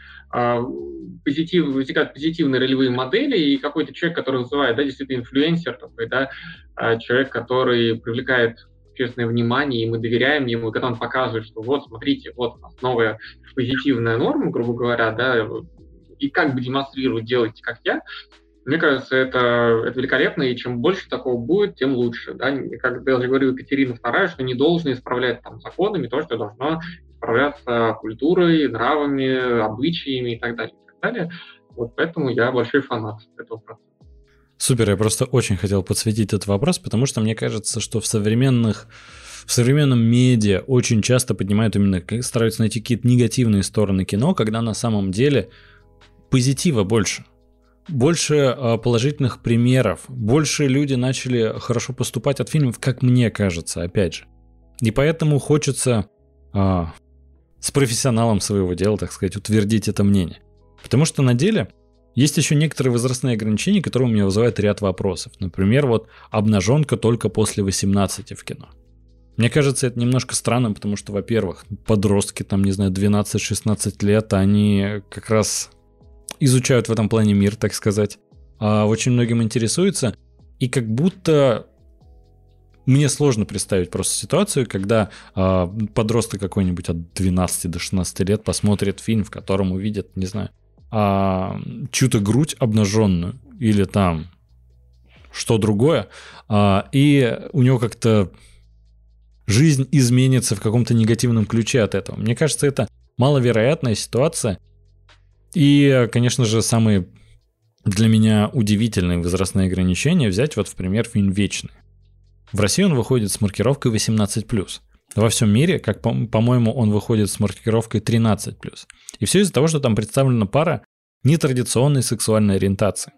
возникают позитивные ролевые модели, и какой-то человек, который вызывает, да, действительно инфлюенсер, такой, да, человек, который привлекает общественное внимание, и мы доверяем ему, и когда он показывает, что вот, смотрите, вот у нас новая позитивная норма, грубо говоря, да, и как бы демонстрирует, делайте, как я, мне кажется, это великолепно, и чем больше такого будет, тем лучше. Да? Как я уже говорю, Екатерина II, что не должно исправлять там законами то, что должно исправляться культурой, нравами, обычаями и так далее. И так далее. Вот поэтому я большой фанат этого процесса. Супер, я просто очень хотел подсветить этот вопрос, потому что мне кажется, что в современных в современном медиа очень часто поднимают именно, стараются найти какие-то негативные стороны кино, когда на самом деле позитива больше. Больше положительных примеров, больше люди начали хорошо поступать от фильмов, как мне кажется, опять же. И поэтому хочется с профессионалом своего дела, так сказать, утвердить это мнение. Потому что на деле есть еще некоторые возрастные ограничения, которые у меня вызывают ряд вопросов. Например, вот обнаженка только после 18 в кино. Мне кажется, это немножко странно, потому что, во-первых, подростки, там, не знаю, 12-16 лет, они как раз изучают в этом плане мир, так сказать, очень многим интересуются, и как будто мне сложно представить просто ситуацию, когда подросток какой-нибудь от 12 до 16 лет посмотрит фильм, в котором увидит, не знаю, чью-то грудь обнаженную или там что другое, и у него как-то жизнь изменится в каком-то негативном ключе от этого. Мне кажется, это маловероятная ситуация. И, конечно же, самые для меня удивительные возрастные ограничения взять вот в пример фильм «Вечный». В России он выходит с маркировкой 18+. Во всем мире, как по-моему, он выходит с маркировкой 13+. И все из-за того, что там представлена пара нетрадиционной сексуальной ориентации.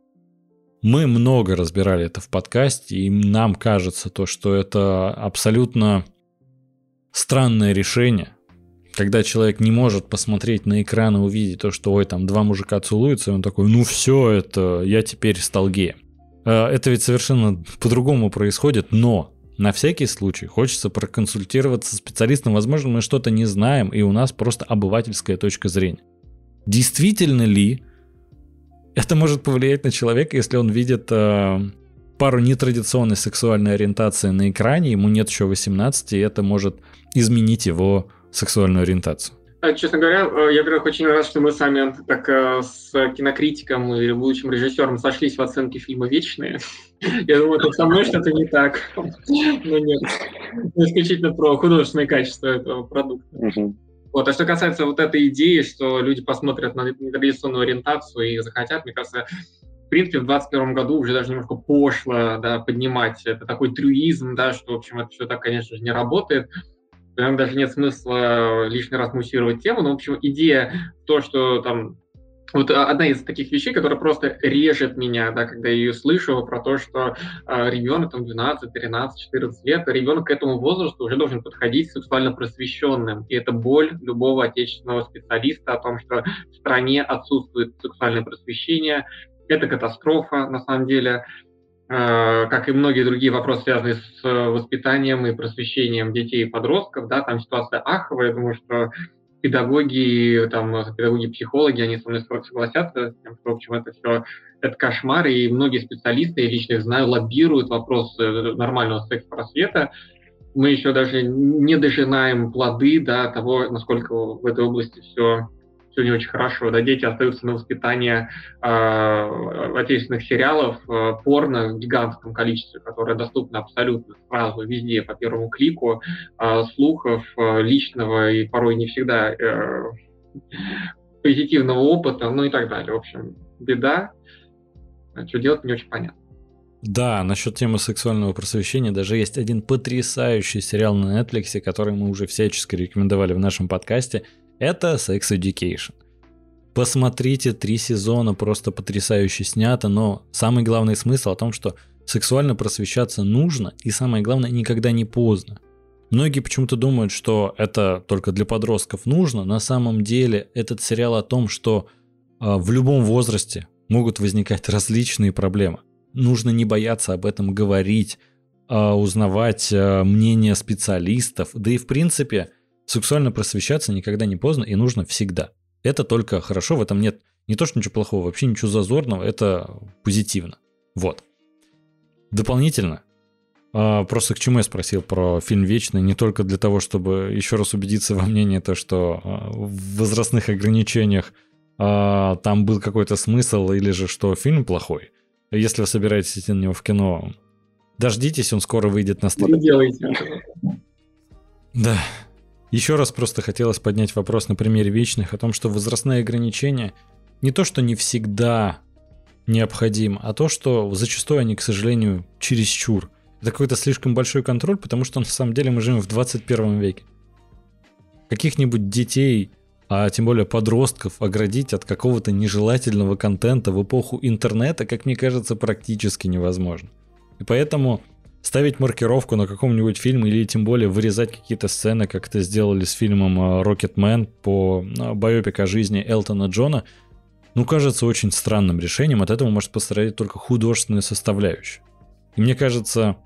Мы много разбирали это в подкасте, и нам кажется то, что это абсолютно странное решение, когда человек не может посмотреть на экран и увидеть то, что ой, там два мужика целуются, и он такой, ну все, это я теперь стал геем. Это ведь совершенно по-другому происходит, но на всякий случай хочется проконсультироваться с специалистом. Возможно, мы что-то не знаем, и у нас просто обывательская точка зрения. Действительно ли это может повлиять на человека, если он видит пару нетрадиционной сексуальной ориентации на экране, ему нет еще 18, и это может изменить его сексуальную ориентацию? Честно говоря, я, во-первых, очень рад, что мы сами так с кинокритиком или будущим режиссером сошлись в оценке фильма «Вечные». Я думаю, это со мной что-то не так. Но нет. Исключительно про художественное качество этого продукта. Вот. А что касается вот этой идеи, что люди посмотрят на нетрадиционную ориентацию и захотят, мне кажется, в принципе, в 2021 году уже даже немножко пошло, да, поднимать это такой трюизм, да, что, в общем, это все так, конечно же, не работает. Наверное, даже нет смысла лишний раз муссировать тему, но, в общем, идея то, что там... Вот одна из таких вещей, которая просто режет меня, да, когда я ее слышу, про то, что ребенок там 12, 13, 14 лет, ребенок к этому возрасту уже должен подходить сексуально просвещенным. И это боль любого отечественного специалиста о том, что в стране отсутствует сексуальное просвещение. Это катастрофа, на самом деле. Как и многие другие вопросы, связанные с воспитанием и просвещением детей и подростков, да, там ситуация аховая. Я думаю, что педагоги-психологи, они со мной согласятся с тем, что, в общем, это все это кошмар, и многие специалисты, я лично их знаю, лоббируют вопрос нормального секс-просвета. Мы еще даже не дожинаем плоды, да, того, насколько в этой области все не очень хорошо. Да, дети остаются на воспитание отечественных сериалов, порно в гигантском количестве, которое доступно абсолютно сразу, везде, по первому клику, слухов, личного и порой не всегда позитивного опыта, ну и так далее. В общем, беда. Что делать, не очень понятно. Да, насчет темы сексуального просвещения даже есть один потрясающий сериал на Netflix, который мы уже всячески рекомендовали в нашем подкасте. Это Sex Education. Посмотрите, 3 сезона, просто потрясающе снято, но самый главный смысл о том, что сексуально просвещаться нужно, и самое главное, никогда не поздно. Многие почему-то думают, что это только для подростков нужно. На самом деле этот сериал о том, что в любом возрасте могут возникать различные проблемы. Нужно не бояться об этом говорить, узнавать мнение специалистов, да и в принципе сексуально просвещаться никогда не поздно и нужно всегда. Это только хорошо, в этом нет не то что ничего плохого, вообще ничего зазорного, это позитивно. Вот. Дополнительно, просто к чему я спросил про фильм «Вечный», не только для того, чтобы еще раз убедиться во мнении, то, что в возрастных ограничениях там был какой-то смысл, или же что фильм плохой. Если вы собираетесь идти на него в кино, дождитесь, он скоро выйдет на сцену. Не делайте. Да. Еще раз просто хотелось поднять вопрос на примере «Вечных» о том, что возрастные ограничения не то, что не всегда необходимы, а то, что зачастую они, к сожалению, чересчур. Это какой-то слишком большой контроль, потому что на самом деле мы живем в 21 веке. Каких-нибудь детей, а тем более подростков, оградить от какого-то нежелательного контента в эпоху интернета, как мне кажется, практически невозможно. И поэтому ставить маркировку на каком-нибудь фильме или тем более вырезать какие-то сцены, как это сделали с фильмом «Рокетмен» по байопику о жизни Элтона Джона, кажется очень странным решением. От этого может пострадать только художественная составляющая. И мне кажется,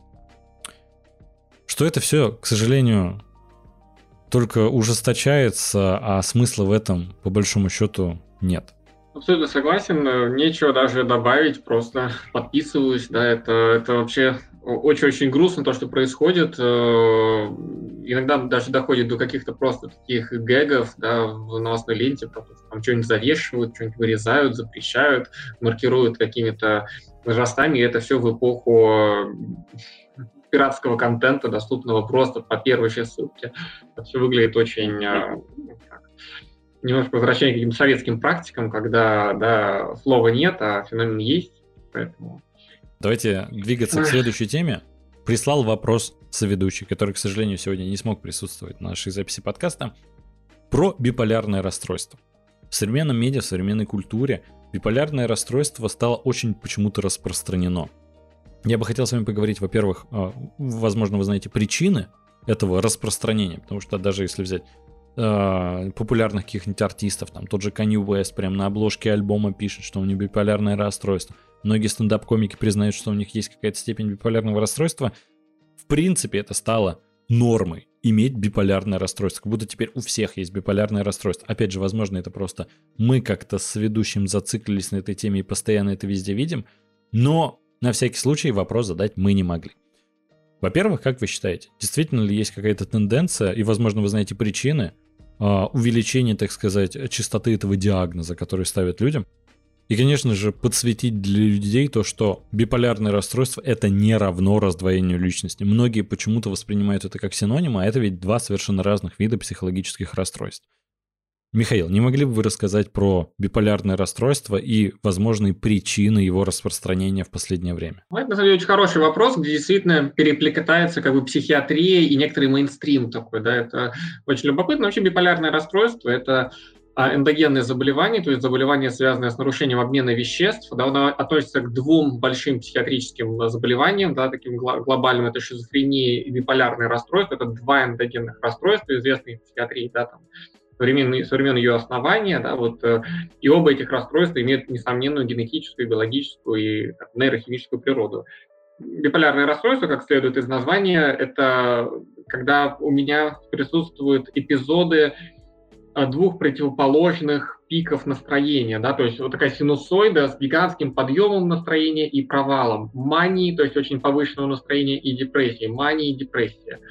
что это все, к сожалению, только ужесточается, а смысла в этом, по большому счету, нет. Абсолютно согласен, нечего даже добавить, просто подписываюсь, да, это вообще очень-очень грустно то, что происходит, иногда даже доходит до каких-то просто таких гэгов, да, в новостной ленте, потому что там что-нибудь завешивают, что-нибудь вырезают, запрещают, маркируют какими-то возрастами, и это все в эпоху пиратского контента, доступного просто по первой же ссылке. Это все выглядит очень... немножко возвращение к каким-то советским практикам, когда, да, слова нет, а феномен есть, поэтому... Давайте двигаться к следующей теме. Прислал вопрос соведущий, который, к сожалению, сегодня не смог присутствовать на нашей записи подкаста, про биполярное расстройство. В современном медиа, в современной культуре биполярное расстройство стало очень почему-то распространено. Я бы хотел с вами поговорить, во-первых, возможно, вы знаете причины этого распространения, потому что даже если взять популярных каких-нибудь артистов, там тот же Kanye West прям на обложке альбома пишет, что у него биполярное расстройство. Многие стендап-комики признают, что у них есть какая-то степень биполярного расстройства. В принципе, это стало нормой иметь биполярное расстройство, как будто теперь у всех есть биполярное расстройство. Опять же, возможно, это просто мы как-то с ведущим зациклились на этой теме и постоянно это везде видим, но на всякий случай вопрос задать мы не могли. Во-первых, как вы считаете, действительно ли есть какая-то тенденция, и, возможно, вы знаете причины, увеличения, так сказать, частоты этого диагноза, который ставят людям? И, конечно же, подсветить для людей то, что биполярное расстройство – это не равно раздвоению личности. Многие почему-то воспринимают это как синоним, а это ведь два совершенно разных вида психологических расстройств. Михаил, не могли бы вы рассказать про биполярное расстройство и возможные причины его распространения в последнее время? Это, на самом деле, очень хороший вопрос, где действительно переплетается как бы психиатрия и некоторый мейнстрим такой, да, это очень любопытно. Вообще биполярное расстройство – это эндогенное заболевание, то есть заболевание, связанное с нарушением обмена веществ, да, оно относится к двум большим психиатрическим заболеваниям, да, таким глобальным, это шизофрения и биполярное расстройство, это два эндогенных расстройства, известные в психиатрии, да, там, со времен ее основания, да, вот, и оба этих расстройства имеют несомненную генетическую, биологическую и нейрохимическую природу. Биполярное расстройство, как следует из названия, это когда у меня присутствуют эпизоды двух противоположных пиков настроения, да, то есть вот такая синусоида с гигантским подъемом настроения и провалом, мании, то есть очень повышенного настроения, и депрессии, мания и депрессия.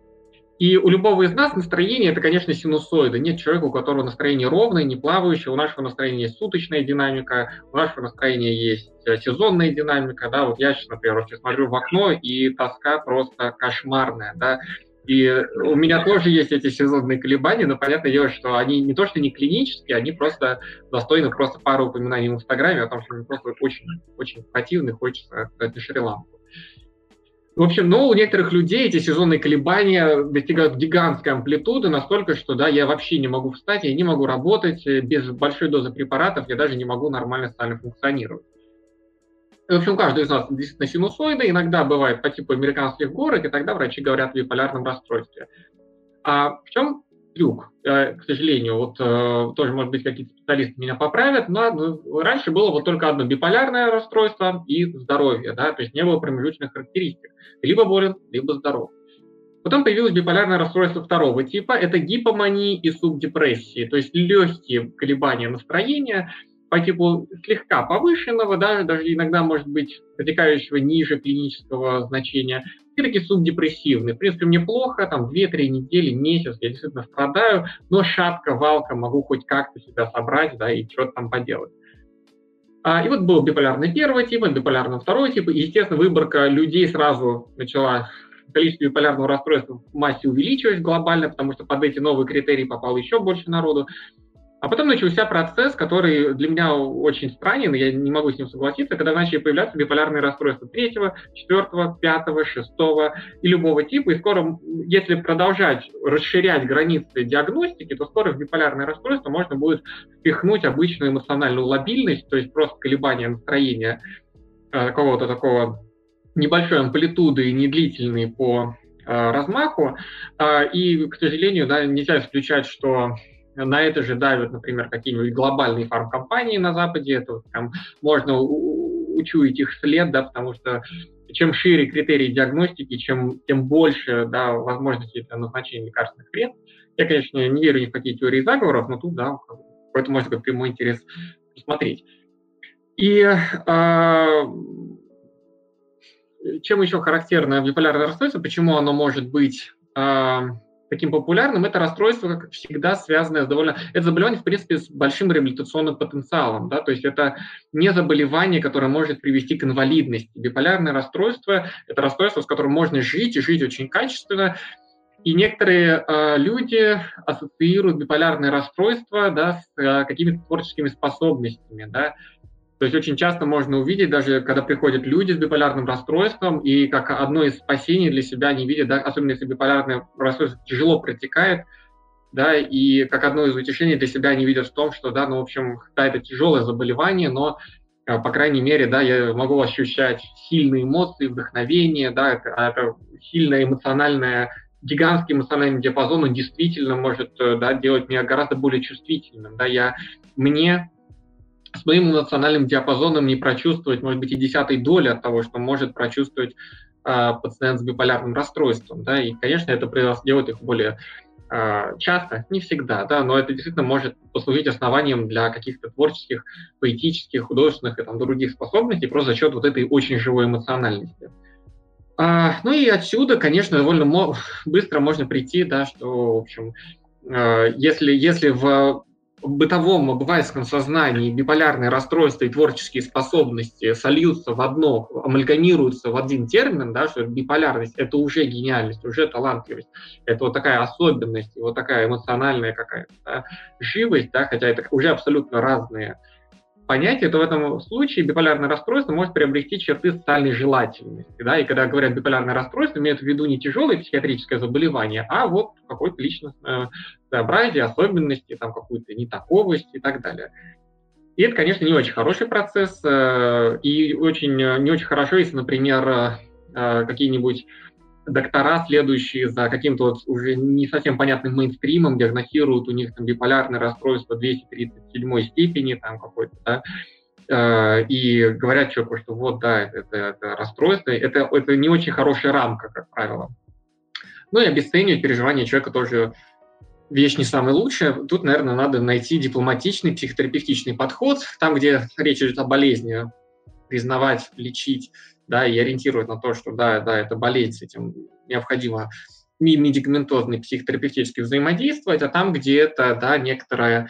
И у любого из нас настроение – это, конечно, синусоида. Нет человека, у которого настроение ровное, не плавающее. У нашего настроения есть суточная динамика, у нашего настроения есть сезонная динамика. Да? Вот я сейчас, например, смотрю в окно, и тоска просто кошмарная. Да? И у меня тоже есть эти сезонные колебания, но понятное дело, что они не то что не клинические, они просто достойны просто пары упоминаний в Инстаграме о том, что мне просто очень, очень противно, хочется на Шри-Ланку. В общем, у некоторых людей эти сезонные колебания достигают гигантской амплитуды, настолько, что да, я вообще не могу встать, я не могу работать, без большой дозы препаратов я даже не могу нормально социально функционировать. В общем, каждый из нас действительно синусоида, иногда бывает по типу американских горок, и тогда врачи говорят о биполярном расстройстве. А в чем трюк? К сожалению, вот тоже, может быть, какие-то специалисты меня поправят, но раньше было вот только одно биполярное расстройство и здоровье, да, то есть не было промежуточных характеристик. Ты либо болен, либо здоров. Потом появилось биполярное расстройство второго типа, это гипомании и субдепрессии, то есть легкие колебания настроения по типу слегка повышенного, да, даже иногда, может быть, протекающего ниже клинического значения, и такие субдепрессивные. В принципе, мне плохо, там 2-3 недели, месяц, я действительно страдаю, но шатко-валко могу хоть как-то себя собрать, да, и что-то там поделать. И вот был биполярный первый тип, биполярный второй тип, и, естественно, выборка людей сразу начала, количество биполярного расстройства в массе увеличивать глобально, потому что под эти новые критерии попало еще больше народу. А потом начался процесс, который для меня очень странен, я не могу с ним согласиться, когда начали появляться биполярные расстройства третьего, четвертого, пятого, шестого и любого типа. И скоро, если продолжать расширять границы диагностики, то скоро в биполярное расстройство можно будет впихнуть обычную эмоциональную лабильность, то есть просто колебания настроения какого-то такого небольшой амплитуды и недлительной по размаху. И, к сожалению, да, нельзя исключать, что на это же давят, например, какие-нибудь глобальные фармкомпании на Западе. Это там можно учуять их след, да, потому что чем шире критерии диагностики, тем больше, да, возможностей для назначения лекарственных средств. Я, конечно, не верю ни в какие теории заговоров, но тут, да, это может быть прямой интерес посмотреть. И чем еще характерно биполярное расстройство, почему оно может быть таким популярным, это расстройство, как всегда, связанное с довольно... Это заболевание, в принципе, с большим реабилитационным потенциалом, да, то есть это не заболевание, которое может привести к инвалидности. Биполярное расстройство – это расстройство, с которым можно жить, и жить очень качественно, и некоторые люди ассоциируют биполярное расстройство, да, с какими-то творческими способностями, да. То есть очень часто можно увидеть, даже когда приходят люди с биполярным расстройством, и как одно из спасений для себя они видят, да, особенно если биполярное расстройство тяжело протекает, да, и как одно из утешений для себя они видят в том, что, да, ну, в общем, да, это тяжелое заболевание, но, по крайней мере, да, я могу ощущать сильные эмоции, вдохновение, да, это сильное эмоциональное, гигантский эмоциональный диапазон, он действительно может, да, делать меня гораздо более чувствительным, да, с моим эмоциональным диапазоном не прочувствовать, может быть, и 10-й доли от того, что может прочувствовать пациент с биполярным расстройством. Да? И, конечно, это делает их более часто, не всегда, да, но это действительно может послужить основанием для каких-то творческих, поэтических, художественных и там, других способностей просто за счет вот этой очень живой эмоциональности. Ну и отсюда, конечно, довольно быстро можно прийти, да, что, в общем, если в бытовом обывательском сознании биполярные расстройства и творческие способности сольются в одно, амальгамируются в один термин, да, что биполярность – это уже гениальность, уже талантливость, это вот такая особенность, вот такая эмоциональная какая-то, да, живость, да, хотя это уже абсолютно разные понятия, то в этом случае биполярное расстройство может приобрести черты социальной желательности. Да? И когда говорят биполярное расстройство, имеют в виду не тяжелое психиатрическое заболевание, а вот какое-то личностное своеобразие, особенности, там, какую-то нетаковость и так далее. И это, конечно, не очень хороший процесс, и не очень хорошо, если, например, какие-нибудь доктора, следующие за каким-то вот уже не совсем понятным мейнстримом, диагностируют у них там биполярное расстройство 237 степени, там какой-то, да, и говорят человеку, что вот, да, это расстройство, это не очень хорошая рамка, как правило. Ну и обесценивать переживания человека тоже вещь не самая лучшая. Тут, наверное, надо найти дипломатичный, психотерапевтичный подход, там, где речь идет о болезни, признавать, лечить, да, и ориентировать на то, что да, это болезнь, с этим необходимо медикаментозно и психотерапевтически взаимодействовать, а там, где это, да, некоторое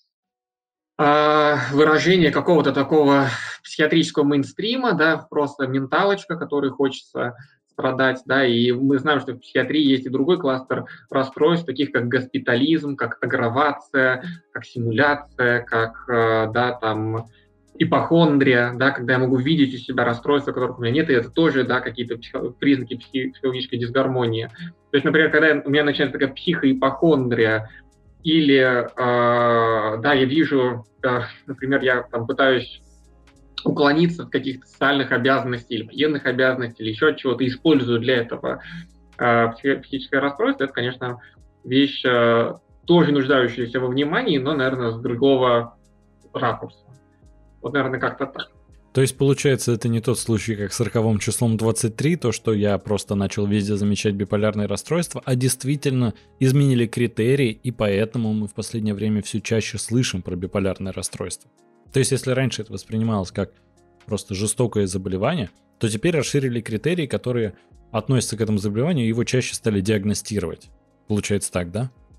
выражение какого-то такого психиатрического мейнстрима, да, просто менталочка, которой хочется страдать, да, и мы знаем, что в психиатрии есть и другой кластер расстройств, таких как госпитализм, как аггравация, как симуляция, как, да, там, ипохондрия, да, когда я могу видеть у себя расстройства, которых у меня нет, и это тоже, да, какие-то признаки психологической дисгармонии. То есть, например, когда у меня начинается такая психоипохондрия, или, да, я вижу, например, я там пытаюсь уклониться от каких-то социальных обязанностей или военных обязанностей, или еще чего-то, использую для этого психическое расстройство, это, конечно, вещь, тоже нуждающаяся во внимании, но, наверное, с другого ракурса. Вот, наверное, как-то так. То есть, получается, это не тот случай, как с 40-м числом 23, то, что я просто начал везде замечать биполярные расстройства, а действительно изменили критерии, и поэтому мы в последнее время все чаще слышим про биполярное расстройство. То есть, если раньше это воспринималось как просто жестокое заболевание, то теперь расширили критерии, которые относятся к этому заболеванию, и его чаще стали диагностировать. Получается так, да?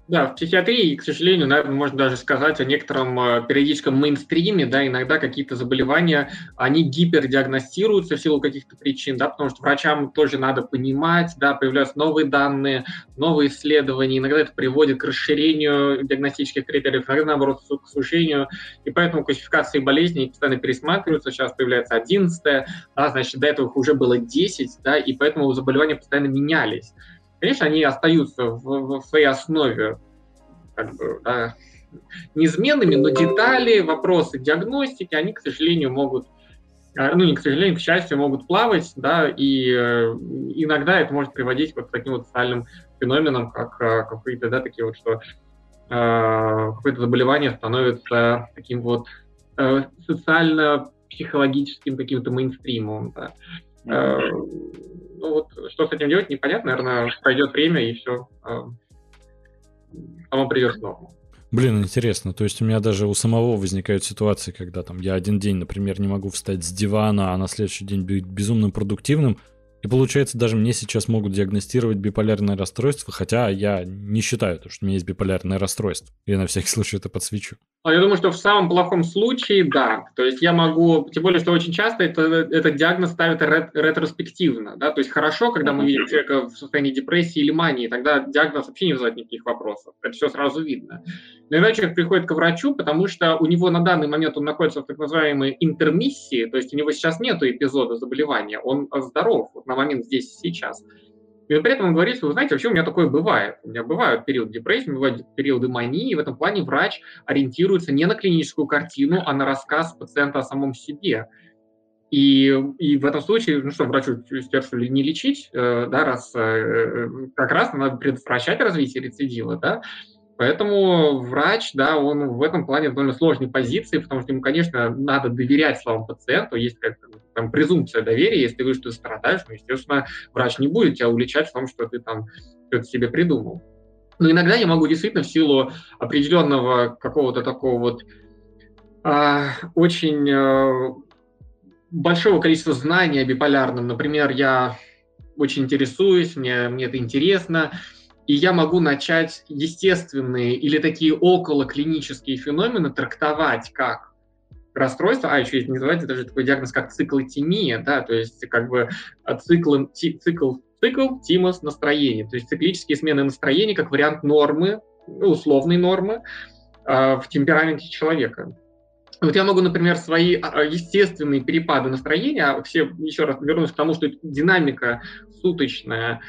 Да, в психиатрии, к сожалению, наверное, можно даже сказать о некотором периодическом мейнстриме, да, иногда какие-то заболевания, они гипердиагностируются в силу каких-то причин, да, потому что врачам тоже надо понимать, да, появляются новые данные, новые исследования, иногда это приводит к расширению диагностических критериев, иногда, наоборот, к сужению, и поэтому классификации болезней постоянно пересматриваются, сейчас появляется 11-я, да, значит, до этого их уже было 10, да, и поэтому заболевания постоянно менялись. Конечно, они остаются в своей основе как бы, да, неизменными, но детали, вопросы диагностики, они, к сожалению, могут, ну, не к сожалению, к счастью, могут плавать, да, и иногда это может приводить вот к таким вот социальным феноменам, как какие-то, да, такие вот, что какое-то заболевание становится таким вот социально-психологическим каким-то мейнстримом, да. Ну вот, что с этим делать, непонятно, наверное, пройдет время, и все само придет в норму. Блин, интересно. То есть у меня даже у самого возникают ситуации, когда там я один день, например, не могу встать с дивана, а на следующий день быть безумно продуктивным. И получается, даже мне сейчас могут диагностировать биполярное расстройство, хотя я не считаю, что у меня есть биполярное расстройство. Я на всякий случай это подсвечу. Я думаю, что в самом плохом случае, да. То есть я могу, тем более, что очень часто этот диагноз ставят ретроспективно. Да? То есть хорошо, когда мы видим человека в состоянии депрессии или мании, тогда диагноз вообще не вызывает никаких вопросов. Это все сразу видно. Но иногда человек приходит к врачу, потому что у него на данный момент он находится в так называемой интермиссии, то есть у него сейчас нет эпизода заболевания, он здоров вот на момент здесь и сейчас. И при этом он говорит, что, вы знаете, вообще у меня такое бывает. У меня бывают периоды депрессии, бывают периоды мании, и в этом плане врач ориентируется не на клиническую картину, а на рассказ пациента о самом себе. И в этом случае, ну что, врачу что ли не лечить, да, раз как раз надо предотвращать развитие рецидива, да. Поэтому врач, да, он в этом плане в довольно сложной позиции, потому что ему, конечно, надо доверять словам пациенту, есть как-то там презумпция доверия, если ты говоришь, что ты страдаешь, ну, естественно, врач не будет тебя уличать в том, что ты там что-то себе придумал. Но иногда я могу действительно в силу определенного какого-то такого вот очень большого количества знаний о биполярном, например, я очень интересуюсь, мне это интересно, и я могу начать естественные или такие околоклинические феномены трактовать как расстройство, еще есть, называется даже такой диагноз, как циклотемия, да, то есть как бы цикл, тимос, настроение, то есть циклические смены настроения как вариант нормы, условной нормы в темпераменте человека. Вот я могу, например, свои естественные перепады настроения, все, еще раз вернусь к тому, что динамика суточная,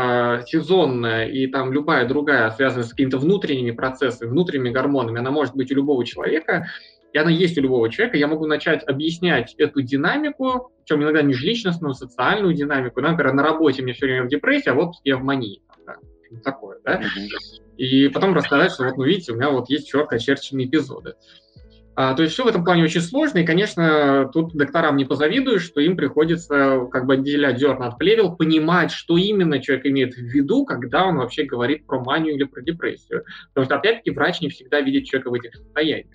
сезонная и там любая другая, связанная с какими-то внутренними процессами, внутренними гормонами, она может быть у любого человека, и она есть у любого человека. Я могу начать объяснять эту динамику, причем иногда межличностную, социальную динамику. Например, на работе мне все время в депрессии, а вот я в мании. Да, такое, да? И потом рассказать, что вот, ну, видите, у меня вот есть четко очерченные эпизоды. То есть все в этом плане очень сложно, и, конечно, тут докторам не позавидуешь, что им приходится как бы отделять зерна от плевел, понимать, что именно человек имеет в виду, когда он вообще говорит про манию или про депрессию. Потому что, опять-таки, врач не всегда видит человека в этих состояниях.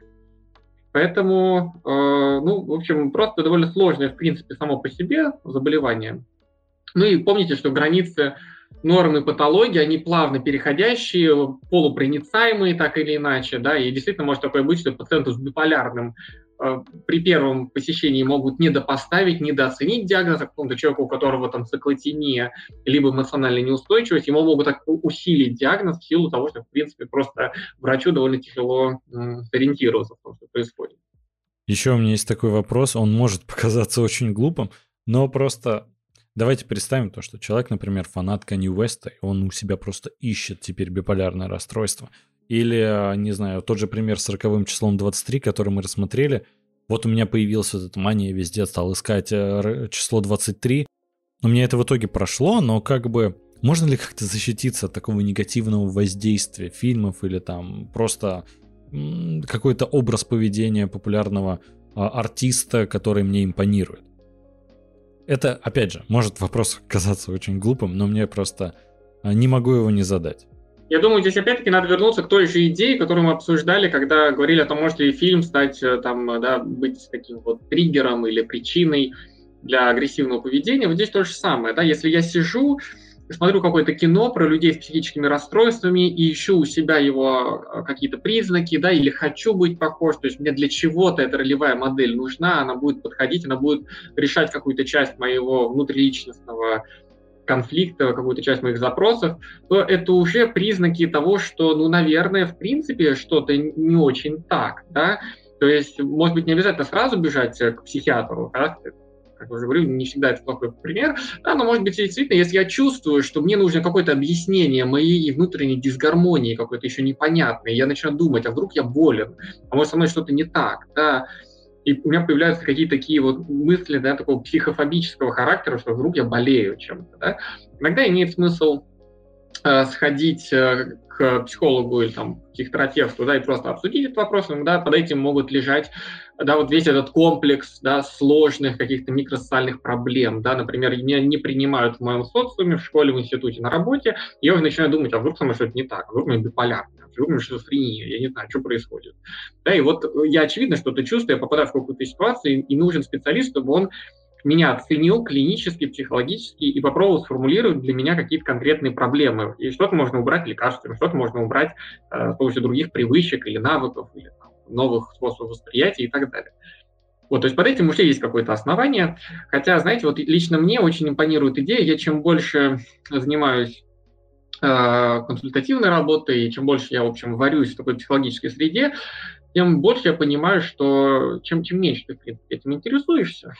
Поэтому, ну, в общем, просто довольно сложное, в принципе, само по себе заболевание. Ну и помните, что границы нормы патологии, они плавно переходящие, полупроницаемые так или иначе, да, и действительно может такое быть, что пациенту с биполярным при первом посещении могут недопоставить, недооценить диагноз, а какому-то человеку, у которого там циклотемия, либо эмоциональная неустойчивость, ему могут так усилить диагноз в силу того, что, в принципе, просто врачу довольно тяжело сориентироваться в том, что происходит. Еще у меня есть такой вопрос, он может показаться очень глупым, но просто давайте представим то, что человек, например, фанат Канье Уэста, и он у себя просто ищет теперь биполярное расстройство. Или, не знаю, тот же пример с 40-м числом 23, который мы рассмотрели. Вот у меня появилась вот эта мания, везде стал искать число 23. У меня это в итоге прошло, но как бы можно ли как-то защититься от такого негативного воздействия фильмов или там просто какой-то образ поведения популярного артиста, который мне импонирует? Это, опять же, может вопрос казаться очень глупым, но мне просто не могу его не задать. Я думаю, здесь опять-таки надо вернуться к той же идее, которую мы обсуждали, когда говорили о том, может ли фильм стать, там, да, быть таким вот триггером или причиной для агрессивного поведения. Вот здесь то же самое. Да? Если я сижу смотрю какое-то кино про людей с психическими расстройствами и ищу у себя его какие-то признаки, да, или хочу быть похож, то есть мне для чего-то эта ролевая модель нужна, она будет подходить, она будет решать какую-то часть моего внутриличностного конфликта, какую-то часть моих запросов, то это уже признаки того, что, ну, наверное, в принципе, что-то не очень так, да, то есть, может быть, не обязательно сразу бежать к психиатру, да? Как я уже говорю, не всегда это плохой пример, да, но, может быть, действительно, если я чувствую, что мне нужно какое-то объяснение моей внутренней дисгармонии, какой-то еще непонятной, я начинаю думать, а вдруг я болен, а может, со мной что-то не так, да, и у меня появляются какие-то такие вот мысли, да, такого психофобического характера, что вдруг я болею чем-то, да. Иногда имеет смысл сходить к психологу или там к психотерапевту, да, и просто обсудить этот вопрос, да, под этим могут лежать, да, вот весь этот комплекс, да, сложных каких-то микросоциальных проблем, да, например, меня не принимают в моем социуме, в школе, в институте, на работе, и я уже начинаю думать, а вдруг со мной что-то не так, а вдруг у меня биполярность, а вдруг у меня шизофрения, я не знаю, что происходит. Да, и вот я, очевидно, что-то чувствую, я попадаю в какую-то ситуацию, и нужен специалист, чтобы он меня оценил клинически, психологически и попробовал сформулировать для меня какие-то конкретные проблемы. И что-то можно убрать лекарствами, что-то можно убрать с помощью других привычек или навыков, или там, новых способов восприятия и так далее. Вот, то есть под этим уже есть какое-то основание. Хотя, знаете, вот лично мне очень импонирует идея, я чем больше занимаюсь консультативной работой, и чем больше я, в общем, варюсь в такой психологической среде, тем больше я понимаю, что чем меньше ты, в принципе, этим интересуешься,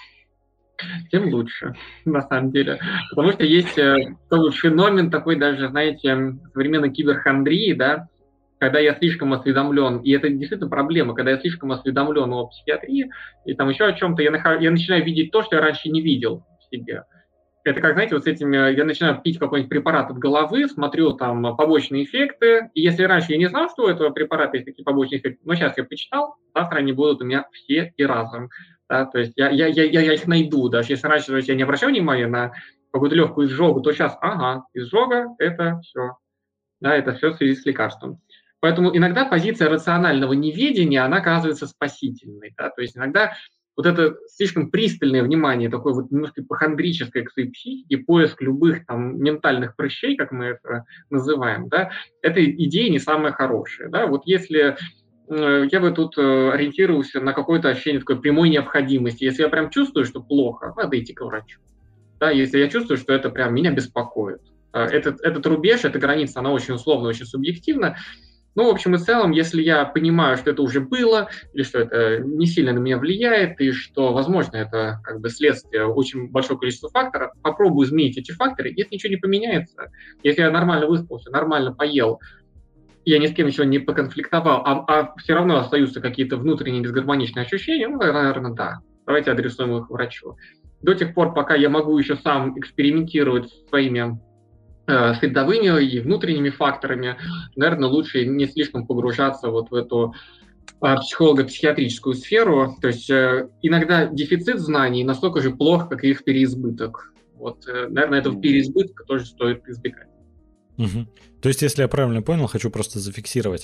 тем лучше, на самом деле. Потому что есть феномен такой даже, знаете, современной киберхондрии, да, когда я слишком осведомлен, и это действительно проблема, когда я слишком осведомлен о психиатрии, и там еще о чем-то, я начинаю видеть то, что я раньше не видел в себе. Это как, знаете, вот с этим, я начинаю пить какой-нибудь препарат от головы, смотрю там побочные эффекты, и если раньше я не знал, что у этого препарата есть такие побочные эффекты, но сейчас я почитал, завтра они будут у меня все и разом. Да, то есть я их найду, даже если раньше я не обращал внимания на какую-то легкую изжогу, то сейчас, изжога – это все. Да, это все в связи с лекарством. Поэтому иногда позиция рационального неведения, она оказывается спасительной. Да? То есть иногда вот это слишком пристальное внимание, такое вот немножко ипохондрическое к своей психике, поиск любых там ментальных прыщей, как мы это называем, да, эта идея не самая хорошая. Да? Вот если я бы тут ориентировался на какое-то ощущение такой прямой необходимости. Если я прям чувствую, что плохо, надо идти к врачу. Да, если я чувствую, что это прям меня беспокоит. Этот рубеж, эта граница, она очень условна, очень субъективна. Ну, в общем и целом, если я понимаю, что это уже было, или что это не сильно на меня влияет, и что, возможно, это как бы следствие очень большого количества факторов, попробую изменить эти факторы. Если ничего не поменяется, если я нормально выспался, нормально поел, я ни с кем еще не поконфликтовал, а все равно остаются какие-то внутренние дисгармоничные ощущения, ну, наверное, да. Давайте адресуем их врачу. До тех пор, пока я могу еще сам экспериментировать с своими средовыми и внутренними факторами, наверное, лучше не слишком погружаться вот в эту психолого-психиатрическую сферу. То есть иногда дефицит знаний настолько же плох, как и их переизбыток. Вот, наверное, этого переизбытка тоже стоит избегать. Угу. То есть, если я правильно понял, хочу просто зафиксировать.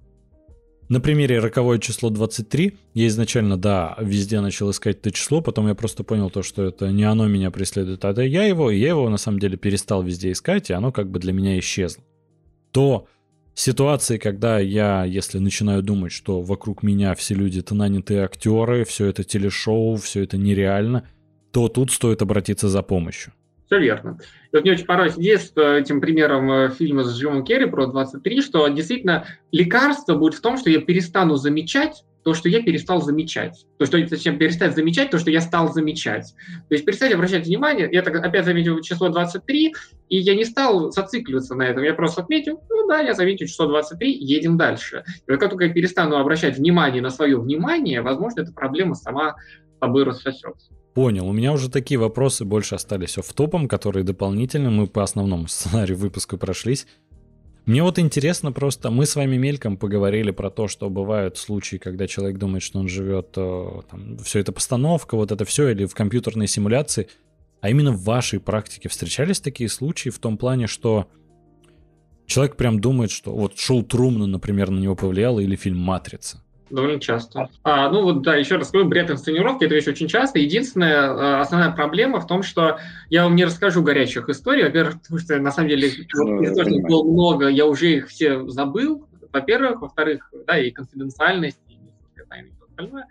На примере роковое число 23 я изначально, да, везде начал искать это число, потом я просто понял то, что это не оно меня преследует, а это я его на самом деле перестал везде искать, и оно как бы для меня исчезло. То ситуации, когда я, если начинаю думать, что вокруг меня все люди это нанятые актеры, все это телешоу, все это нереально, то тут стоит обратиться за помощью. Все верно. И вот мне очень понравилась идея с этим примером фильма с Джимом Керри про 23, что действительно лекарство будет в том, что я перестану замечать то, что я перестал замечать. То, что, зачем перестать замечать то, что я стал замечать. То есть перестать обращать внимание. Я так опять заметил число 23, и я не стал зацикливаться на этом. Я просто отметил, ну да, я заметил число 23, едем дальше. И вот как только я перестану обращать внимание на свое внимание, возможно, эта проблема сама собой рассосется. Понял. У меня уже такие вопросы больше остались офф-топом, которые дополнительно мы по основному сценарию выпуска прошлись. Мне вот интересно просто, мы с вами мельком поговорили про то, что бывают случаи, когда человек думает, что он живет, там, все это постановка, вот это все, или в компьютерной симуляции. А именно в вашей практике встречались такие случаи в том плане, что человек прям думает, что вот шоу Трумана, например, на него повлияло, или фильм «Матрица». довольно часто. Ну вот да, еще раз скажу, бред инсценировки – это вещь очень часто. Единственная основная проблема в том, что я вам не расскажу горячих историй, во-первых, потому что на самом деле историй было много, я уже их все забыл, во-первых. Во-вторых, да, и конфиденциальность, и тайна, и все остальное.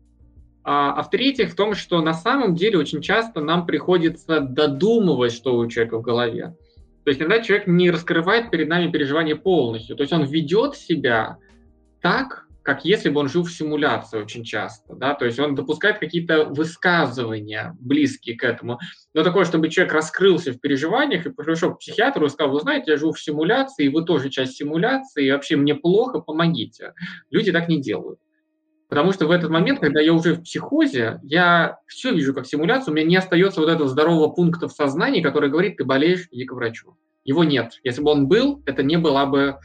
А в-третьих, в том, что на самом деле очень часто нам приходится додумывать, что у человека в голове. То есть иногда человек не раскрывает перед нами переживания полностью. То есть он ведет себя так, как если бы он жил в симуляции очень часто. Да? То есть он допускает какие-то высказывания, близкие к этому. Но такое, чтобы человек раскрылся в переживаниях и пришел к психиатру и сказал: вы знаете, я живу в симуляции, вы тоже часть симуляции, и вообще мне плохо, помогите. Люди так не делают. Потому что в этот момент, когда я уже в психозе, я все вижу как симуляцию, у меня не остается вот этого здорового пункта в сознании, который говорит: ты болеешь, иди к врачу. Его нет. Если бы он был, это не была бы,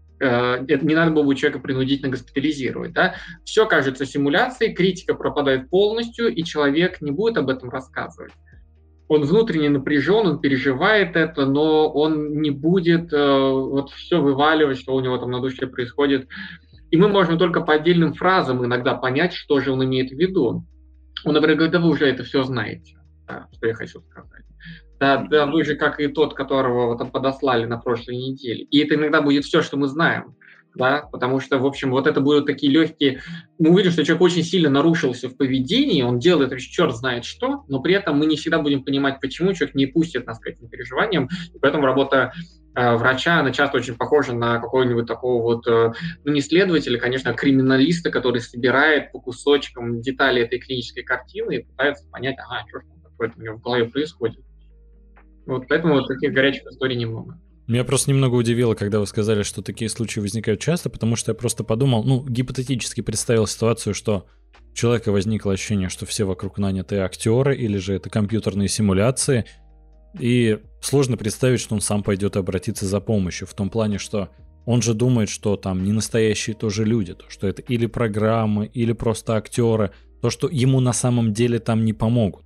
не надо было бы человека принудительно госпитализировать. Да? Все кажется симуляцией, критика пропадает полностью, и человек не будет об этом рассказывать. Он внутренне напряжен, он переживает это, но он не будет вот все вываливать, что у него там на душе происходит. И мы можем только по отдельным фразам иногда понять, что же он имеет в виду. Он, например, говорит: да вы уже это все знаете, да, что я хочу сказать. Да, вы же как и тот, которого там подослали на прошлой неделе. И это иногда будет все, что мы знаем. Да, потому что, в общем, вот это будут такие легкие... Мы увидим, что человек очень сильно нарушился в поведении, он делает черт знает что, но при этом мы не всегда будем понимать, почему человек не пустит нас к этим переживаниям. И поэтому работа врача, она часто очень похожа на какого-нибудь такого вот, ну, не следователя, конечно, а криминалиста, который собирает по кусочкам детали этой клинической картины и пытается понять, ага, что же такое у него в голове происходит. Вот поэтому вот таких горячих историй немного. Меня просто немного удивило, когда вы сказали, что такие случаи возникают часто, потому что я просто подумал, гипотетически представил ситуацию, что у человека возникло ощущение, что все вокруг нанятые актеры, или же это компьютерные симуляции, и сложно представить, что он сам пойдет обратиться за помощью, в том плане, что он же думает, что там не настоящие тоже люди, то, что это или программы, или просто актеры, то, что ему на самом деле там не помогут.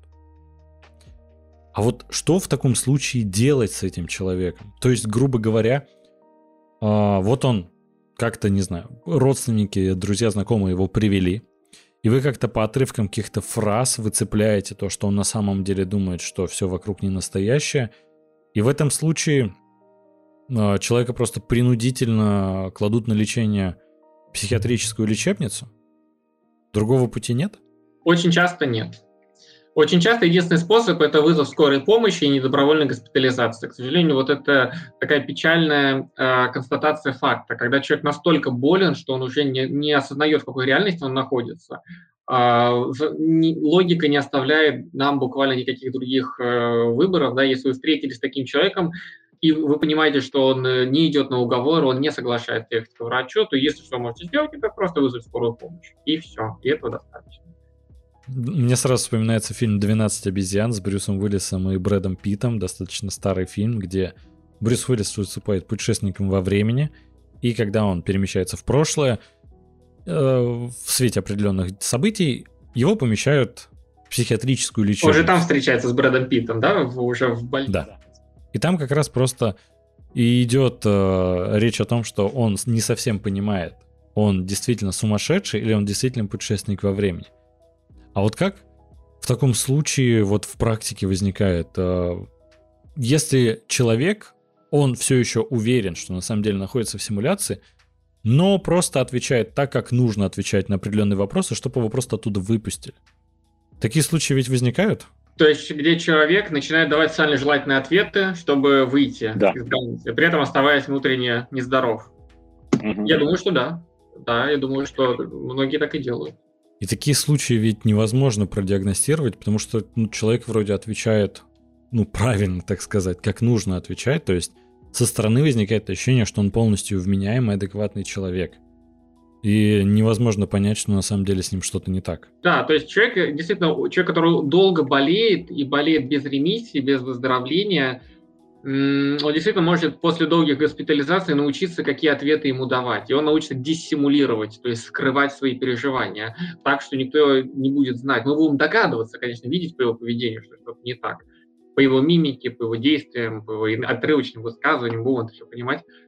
А вот что в таком случае делать с этим человеком? То есть, грубо говоря, вот он как-то, не знаю, родственники, друзья, знакомые его привели, и вы как-то по отрывкам каких-то фраз выцепляете то, что он на самом деле думает, что все вокруг не настоящее, и в этом случае человека просто принудительно кладут на лечение в психиатрическую лечебницу? Другого пути нет? Очень часто нет. Очень часто единственный способ – это вызов скорой помощи и недобровольной госпитализации. К сожалению, вот это такая печальная констатация факта, когда человек настолько болен, что он уже не осознает, в какой реальности он находится. Логика не оставляет нам буквально никаких других выборов. Да? Если вы встретились с таким человеком, и вы понимаете, что он не идет на уговор, он не соглашается ехать к врачу, то если что можете сделать, это просто вызвать скорую помощь. И все, и этого достаточно. Мне сразу вспоминается фильм «12 обезьян» с Брюсом Уиллисом и Брэдом Питтом, достаточно старый фильм, где Брюс Уиллис выступает путешественником во времени, и когда он перемещается в прошлое, в свете определенных событий, его помещают в психиатрическую лечебницу. Он же там встречается с Брэдом Питтом, да? Уже в больнице. Да. И там как раз просто и идет речь о том, что он не совсем понимает, он действительно сумасшедший или он действительно путешественник во времени. А вот как в таком случае вот в практике возникает, если человек, он все еще уверен, что на самом деле находится в симуляции, но просто отвечает так, как нужно отвечать на определенные вопросы, чтобы его просто оттуда выпустили. Такие случаи ведь возникают? То есть, где человек начинает давать социально желательные ответы, чтобы выйти из больницы, при этом оставаясь внутренне нездоров. Я думаю, что да. Да, я думаю, что многие так и делают. И такие случаи ведь невозможно продиагностировать, потому что человек вроде отвечает, правильно, так сказать, как нужно отвечать. То есть со стороны возникает ощущение, что он полностью вменяемый, адекватный человек. И невозможно понять, что на самом деле с ним что-то не так. Да, то есть человек, который долго болеет и болеет без ремиссии, без выздоровления, он действительно может после долгих госпитализаций научиться, какие ответы ему давать. И он научится диссимулировать, то есть скрывать свои переживания так, что никто не будет знать. Мы будем догадываться, конечно, видеть по его поведению, что что-то не так. По его мимике, по его действиям, по его отрывочным высказываниям будем это все понимать.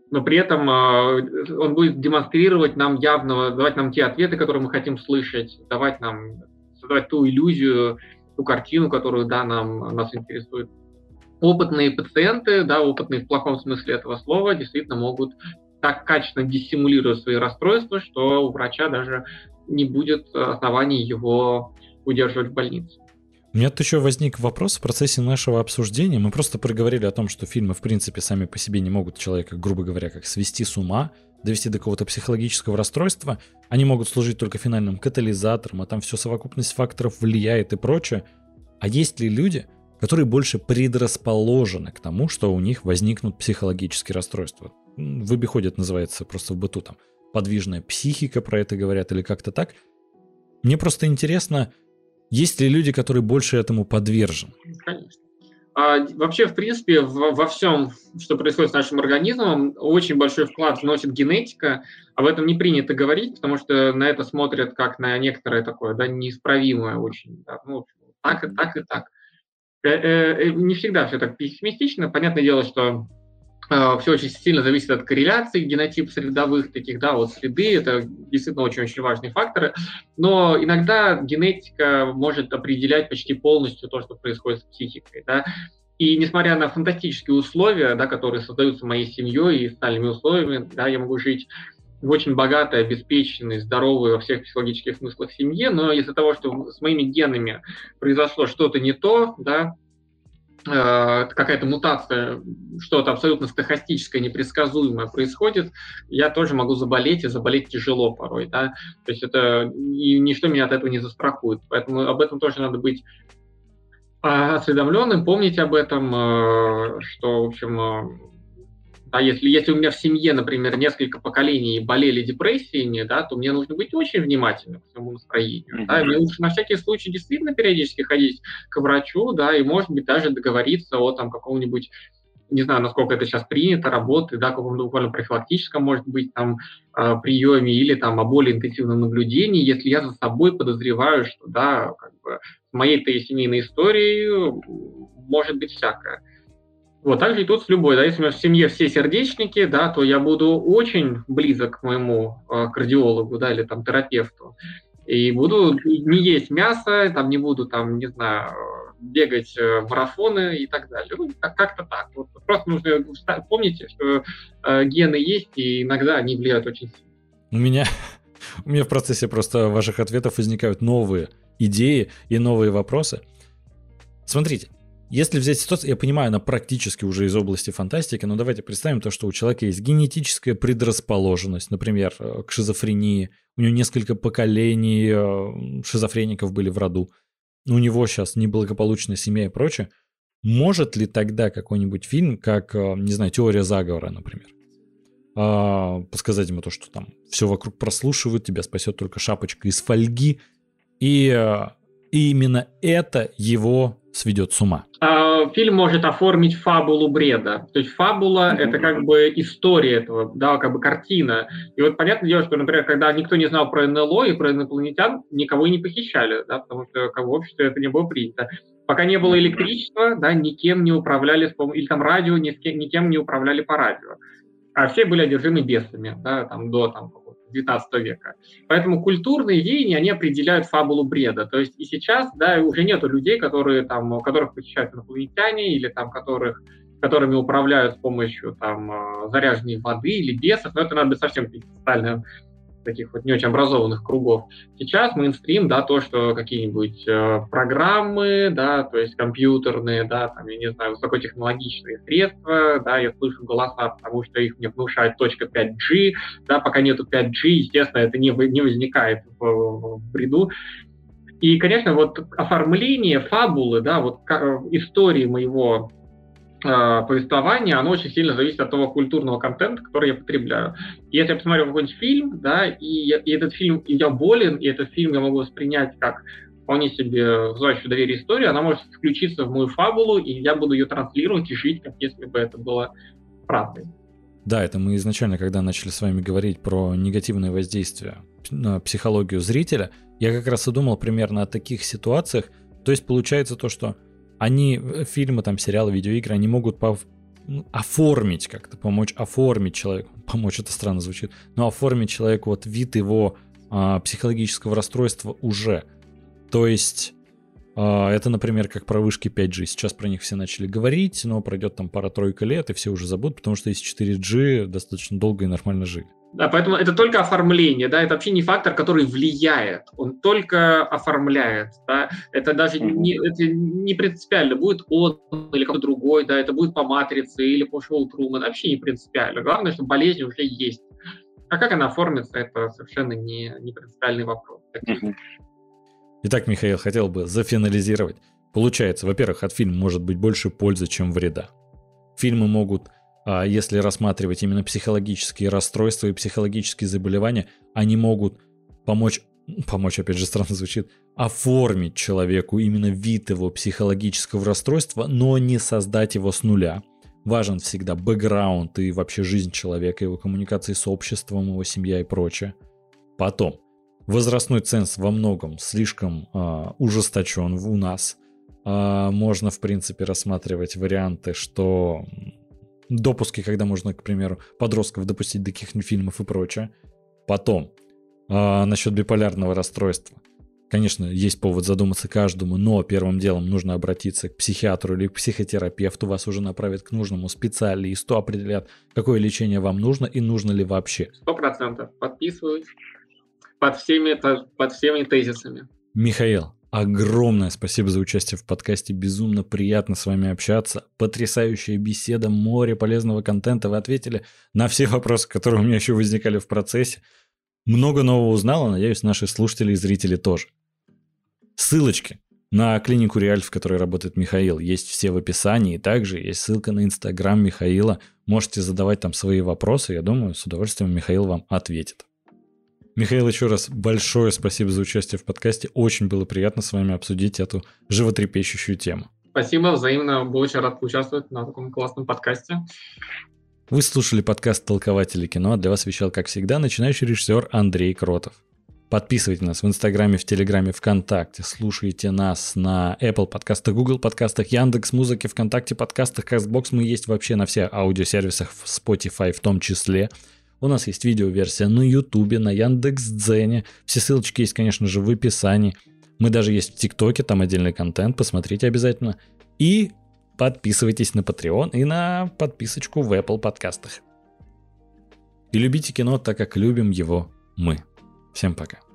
но при этом он будет демонстрировать нам явно, давать нам те ответы, которые мы хотим слышать, давать нам, создавать ту иллюзию, ту картину, которую, да, нас интересует. Опытные пациенты, да, опытные в плохом смысле этого слова, действительно могут так качественно диссимулировать свои расстройства, что у врача даже не будет оснований его удерживать в больнице. У меня тут еще возник вопрос в процессе нашего обсуждения. Мы просто проговорили о том, что фильмы, в принципе, сами по себе не могут человека, грубо говоря, как свести с ума, довести до какого-то психологического расстройства. Они могут служить только финальным катализатором, а там все совокупность факторов влияет и прочее. А есть ли люди, которые больше предрасположены к тому, что у них возникнут психологические расстройства? В обиходе это называется просто в быту, там, подвижная психика, про это говорят, или как-то так. Мне просто интересно, есть ли люди, которые больше этому подвержены? Конечно. Вообще, в принципе, во всем, что происходит с нашим организмом, очень большой вклад вносит генетика. Об этом не принято говорить, потому что на это смотрят как на некоторое такое, да, неисправимое очень. Да, ну, так и так и так. Не всегда все так пессимистично. Понятное дело, что все очень сильно зависит от корреляции генотипов средовых таких, да, вот среды, это действительно очень-очень важные факторы, но иногда генетика может определять почти полностью то, что происходит с психикой, да, и несмотря на фантастические условия, да, которые создаются моей семьей и социальными условиями, да, я могу жить в очень богатой, обеспеченной, здоровой во всех психологических смыслах семье, но из-за того, что с моими генами произошло что-то не то, да, какая-то мутация, что-то абсолютно стохастическое, непредсказуемое происходит, я тоже могу заболеть, и заболеть тяжело порой. Да? То есть это ничто меня от этого не застрахует. Поэтому об этом тоже надо быть осведомленным, помнить об этом, что, в общем, да, если у меня в семье, например, несколько поколений болели депрессиями, да, то мне нужно быть очень внимательным к своему настроению. Да, и мне лучше на всякий случай действительно периодически ходить к врачу, да, и, может быть, даже договориться о там каком-нибудь, не знаю, насколько это сейчас принято, работы, да, каком-то буквально профилактическом, может быть, там, приеме или там о более интенсивном наблюдении, если я за собой подозреваю, что, да, как бы в моей-то семейной истории может быть всякое. Вот, так же и тут с любой, да, если у меня в семье все сердечники, да, то я буду очень близок к моему кардиологу, да, или там терапевту, и буду не есть мясо, там не буду, там, не знаю, бегать марафоны и так далее. Ну, как-то так. Вот, просто нужно помнить, что гены есть, и иногда они влияют очень сильно. У меня в процессе просто ваших ответов возникают новые идеи и новые вопросы. Смотрите. Если взять ситуацию, я понимаю, она практически уже из области фантастики, но давайте представим то, что у человека есть генетическая предрасположенность, например, к шизофрении. У него несколько поколений шизофреников были в роду. У него сейчас неблагополучная семья и прочее. Может ли тогда какой-нибудь фильм, как, не знаю, «Теория заговора», например, подсказать ему то, что там все вокруг прослушивают, тебя спасет только шапочка из фольги, и именно это его сведет с ума? Фильм может оформить фабулу бреда. То есть фабула – это как бы история этого, да, как бы картина. И вот понятное дело, что, например, когда никто не знал про НЛО и про инопланетян, никого и не похищали, да, потому что как бы, в обществе это не было принято. Пока не было электричества, да, никем не управляли, или там радио, никем не управляли по радио. А все были одержимы бесами, да, там, до там, 19 века. Поэтому культурные веяния, они определяют фабулу бреда. То есть и сейчас, да, уже нету людей, которых похищают инопланетяне или там, которыми управляют с помощью там заряженной воды или бесов. Но это надо совсем специально таких вот не очень образованных кругов. Сейчас мейнстрим, да, то, что какие-нибудь программы, да, то есть компьютерные, да, там, я не знаю, высокотехнологичные средства, да, я слышу голоса, потому что их мне внушает точка 5G, да, пока нету 5G, естественно, это не возникает в бреду. И, конечно, вот оформление фабулы, да, вот истории моего повествование, оно очень сильно зависит от того культурного контента, который я потребляю. Если я посмотрю какой-нибудь фильм, да, и этот фильм, и я болен, и этот фильм я могу воспринять как вполне себе вызывающую доверие историю, она может включиться в мою фабулу, и я буду ее транслировать и жить, как если бы это было правдой. Да, это мы изначально, когда начали с вами говорить про негативное воздействие на психологию зрителя, я как раз и думал примерно о таких ситуациях. То есть получается то, что фильмы, там, сериалы, видеоигры, они могут оформить как-то, помочь оформить человеку. Помочь — это странно звучит, но оформить человеку вот вид его психологического расстройства уже. То есть это, например, как про вышки 5G. Сейчас про них все начали говорить, но пройдет там пара-тройка лет, и все уже забудут, потому что из 4G достаточно долго и нормально жили. Да, поэтому это только оформление, да, это вообще не фактор, который влияет, он только оформляет, да, это даже не принципиально, будет он или какой-то другой, да, это будет по матрице или по шоу Трумана, вообще не принципиально, главное, что болезнь уже есть. А как она оформится, это совершенно не принципиальный вопрос. Итак, Михаил, хотел бы зафинализировать. Получается, во-первых, от фильма может быть больше пользы, чем вреда. Фильмы могут, если рассматривать именно психологические расстройства и психологические заболевания, они могут помочь, опять же, странно звучит, оформить человеку именно вид его психологического расстройства, но не создать его с нуля. Важен всегда бэкграунд и вообще жизнь человека, его коммуникации с обществом, его семья и прочее. Потом, возрастной ценз во многом слишком ужесточен у нас. Можно, в принципе, рассматривать варианты, что допуски, когда можно, к примеру, подростков допустить до каких-нибудь фильмов и прочее. Потом, насчет биполярного расстройства. Конечно, есть повод задуматься каждому, но первым делом нужно обратиться к психиатру или к психотерапевту. Вас уже направят к нужному специалисту, определят, какое лечение вам нужно и нужно ли вообще. 100% подписываюсь под всеми тезисами. Михаил, огромное спасибо за участие в подкасте. Безумно приятно с вами общаться. Потрясающая беседа, море полезного контента. Вы ответили на все вопросы, которые у меня еще возникали в процессе. Много нового узнал, надеюсь, наши слушатели и зрители тоже. Ссылочки на клинику Реаль, в которой работает Михаил, есть все в описании. И также есть ссылка на Инстаграм Михаила. Можете задавать там свои вопросы. Я думаю, с удовольствием Михаил вам ответит. Михаил, еще раз большое спасибо за участие в подкасте. Очень было приятно с вами обсудить эту животрепещущую тему. Спасибо, взаимно. Был очень рад поучаствовать на таком классном подкасте. Вы слушали подкаст «Толкователи кино». Для вас вещал, как всегда, начинающий режиссер Андрей Кротов. Подписывайтесь на нас в Инстаграме, в Телеграме, ВКонтакте. Слушайте нас на Apple подкастах, Google подкастах, Яндекс.Музыке, ВКонтакте подкастах, Castbox. Мы есть вообще на всех аудиосервисах, в Spotify в том числе. У нас есть видеоверсия на Ютубе, на Яндекс.Дзене. Все ссылочки есть, конечно же, в описании. Мы даже есть в ТикТоке, там отдельный контент, посмотрите обязательно. И подписывайтесь на Patreon и на подписочку в Apple подкастах. И любите кино так, как любим его мы. Всем пока.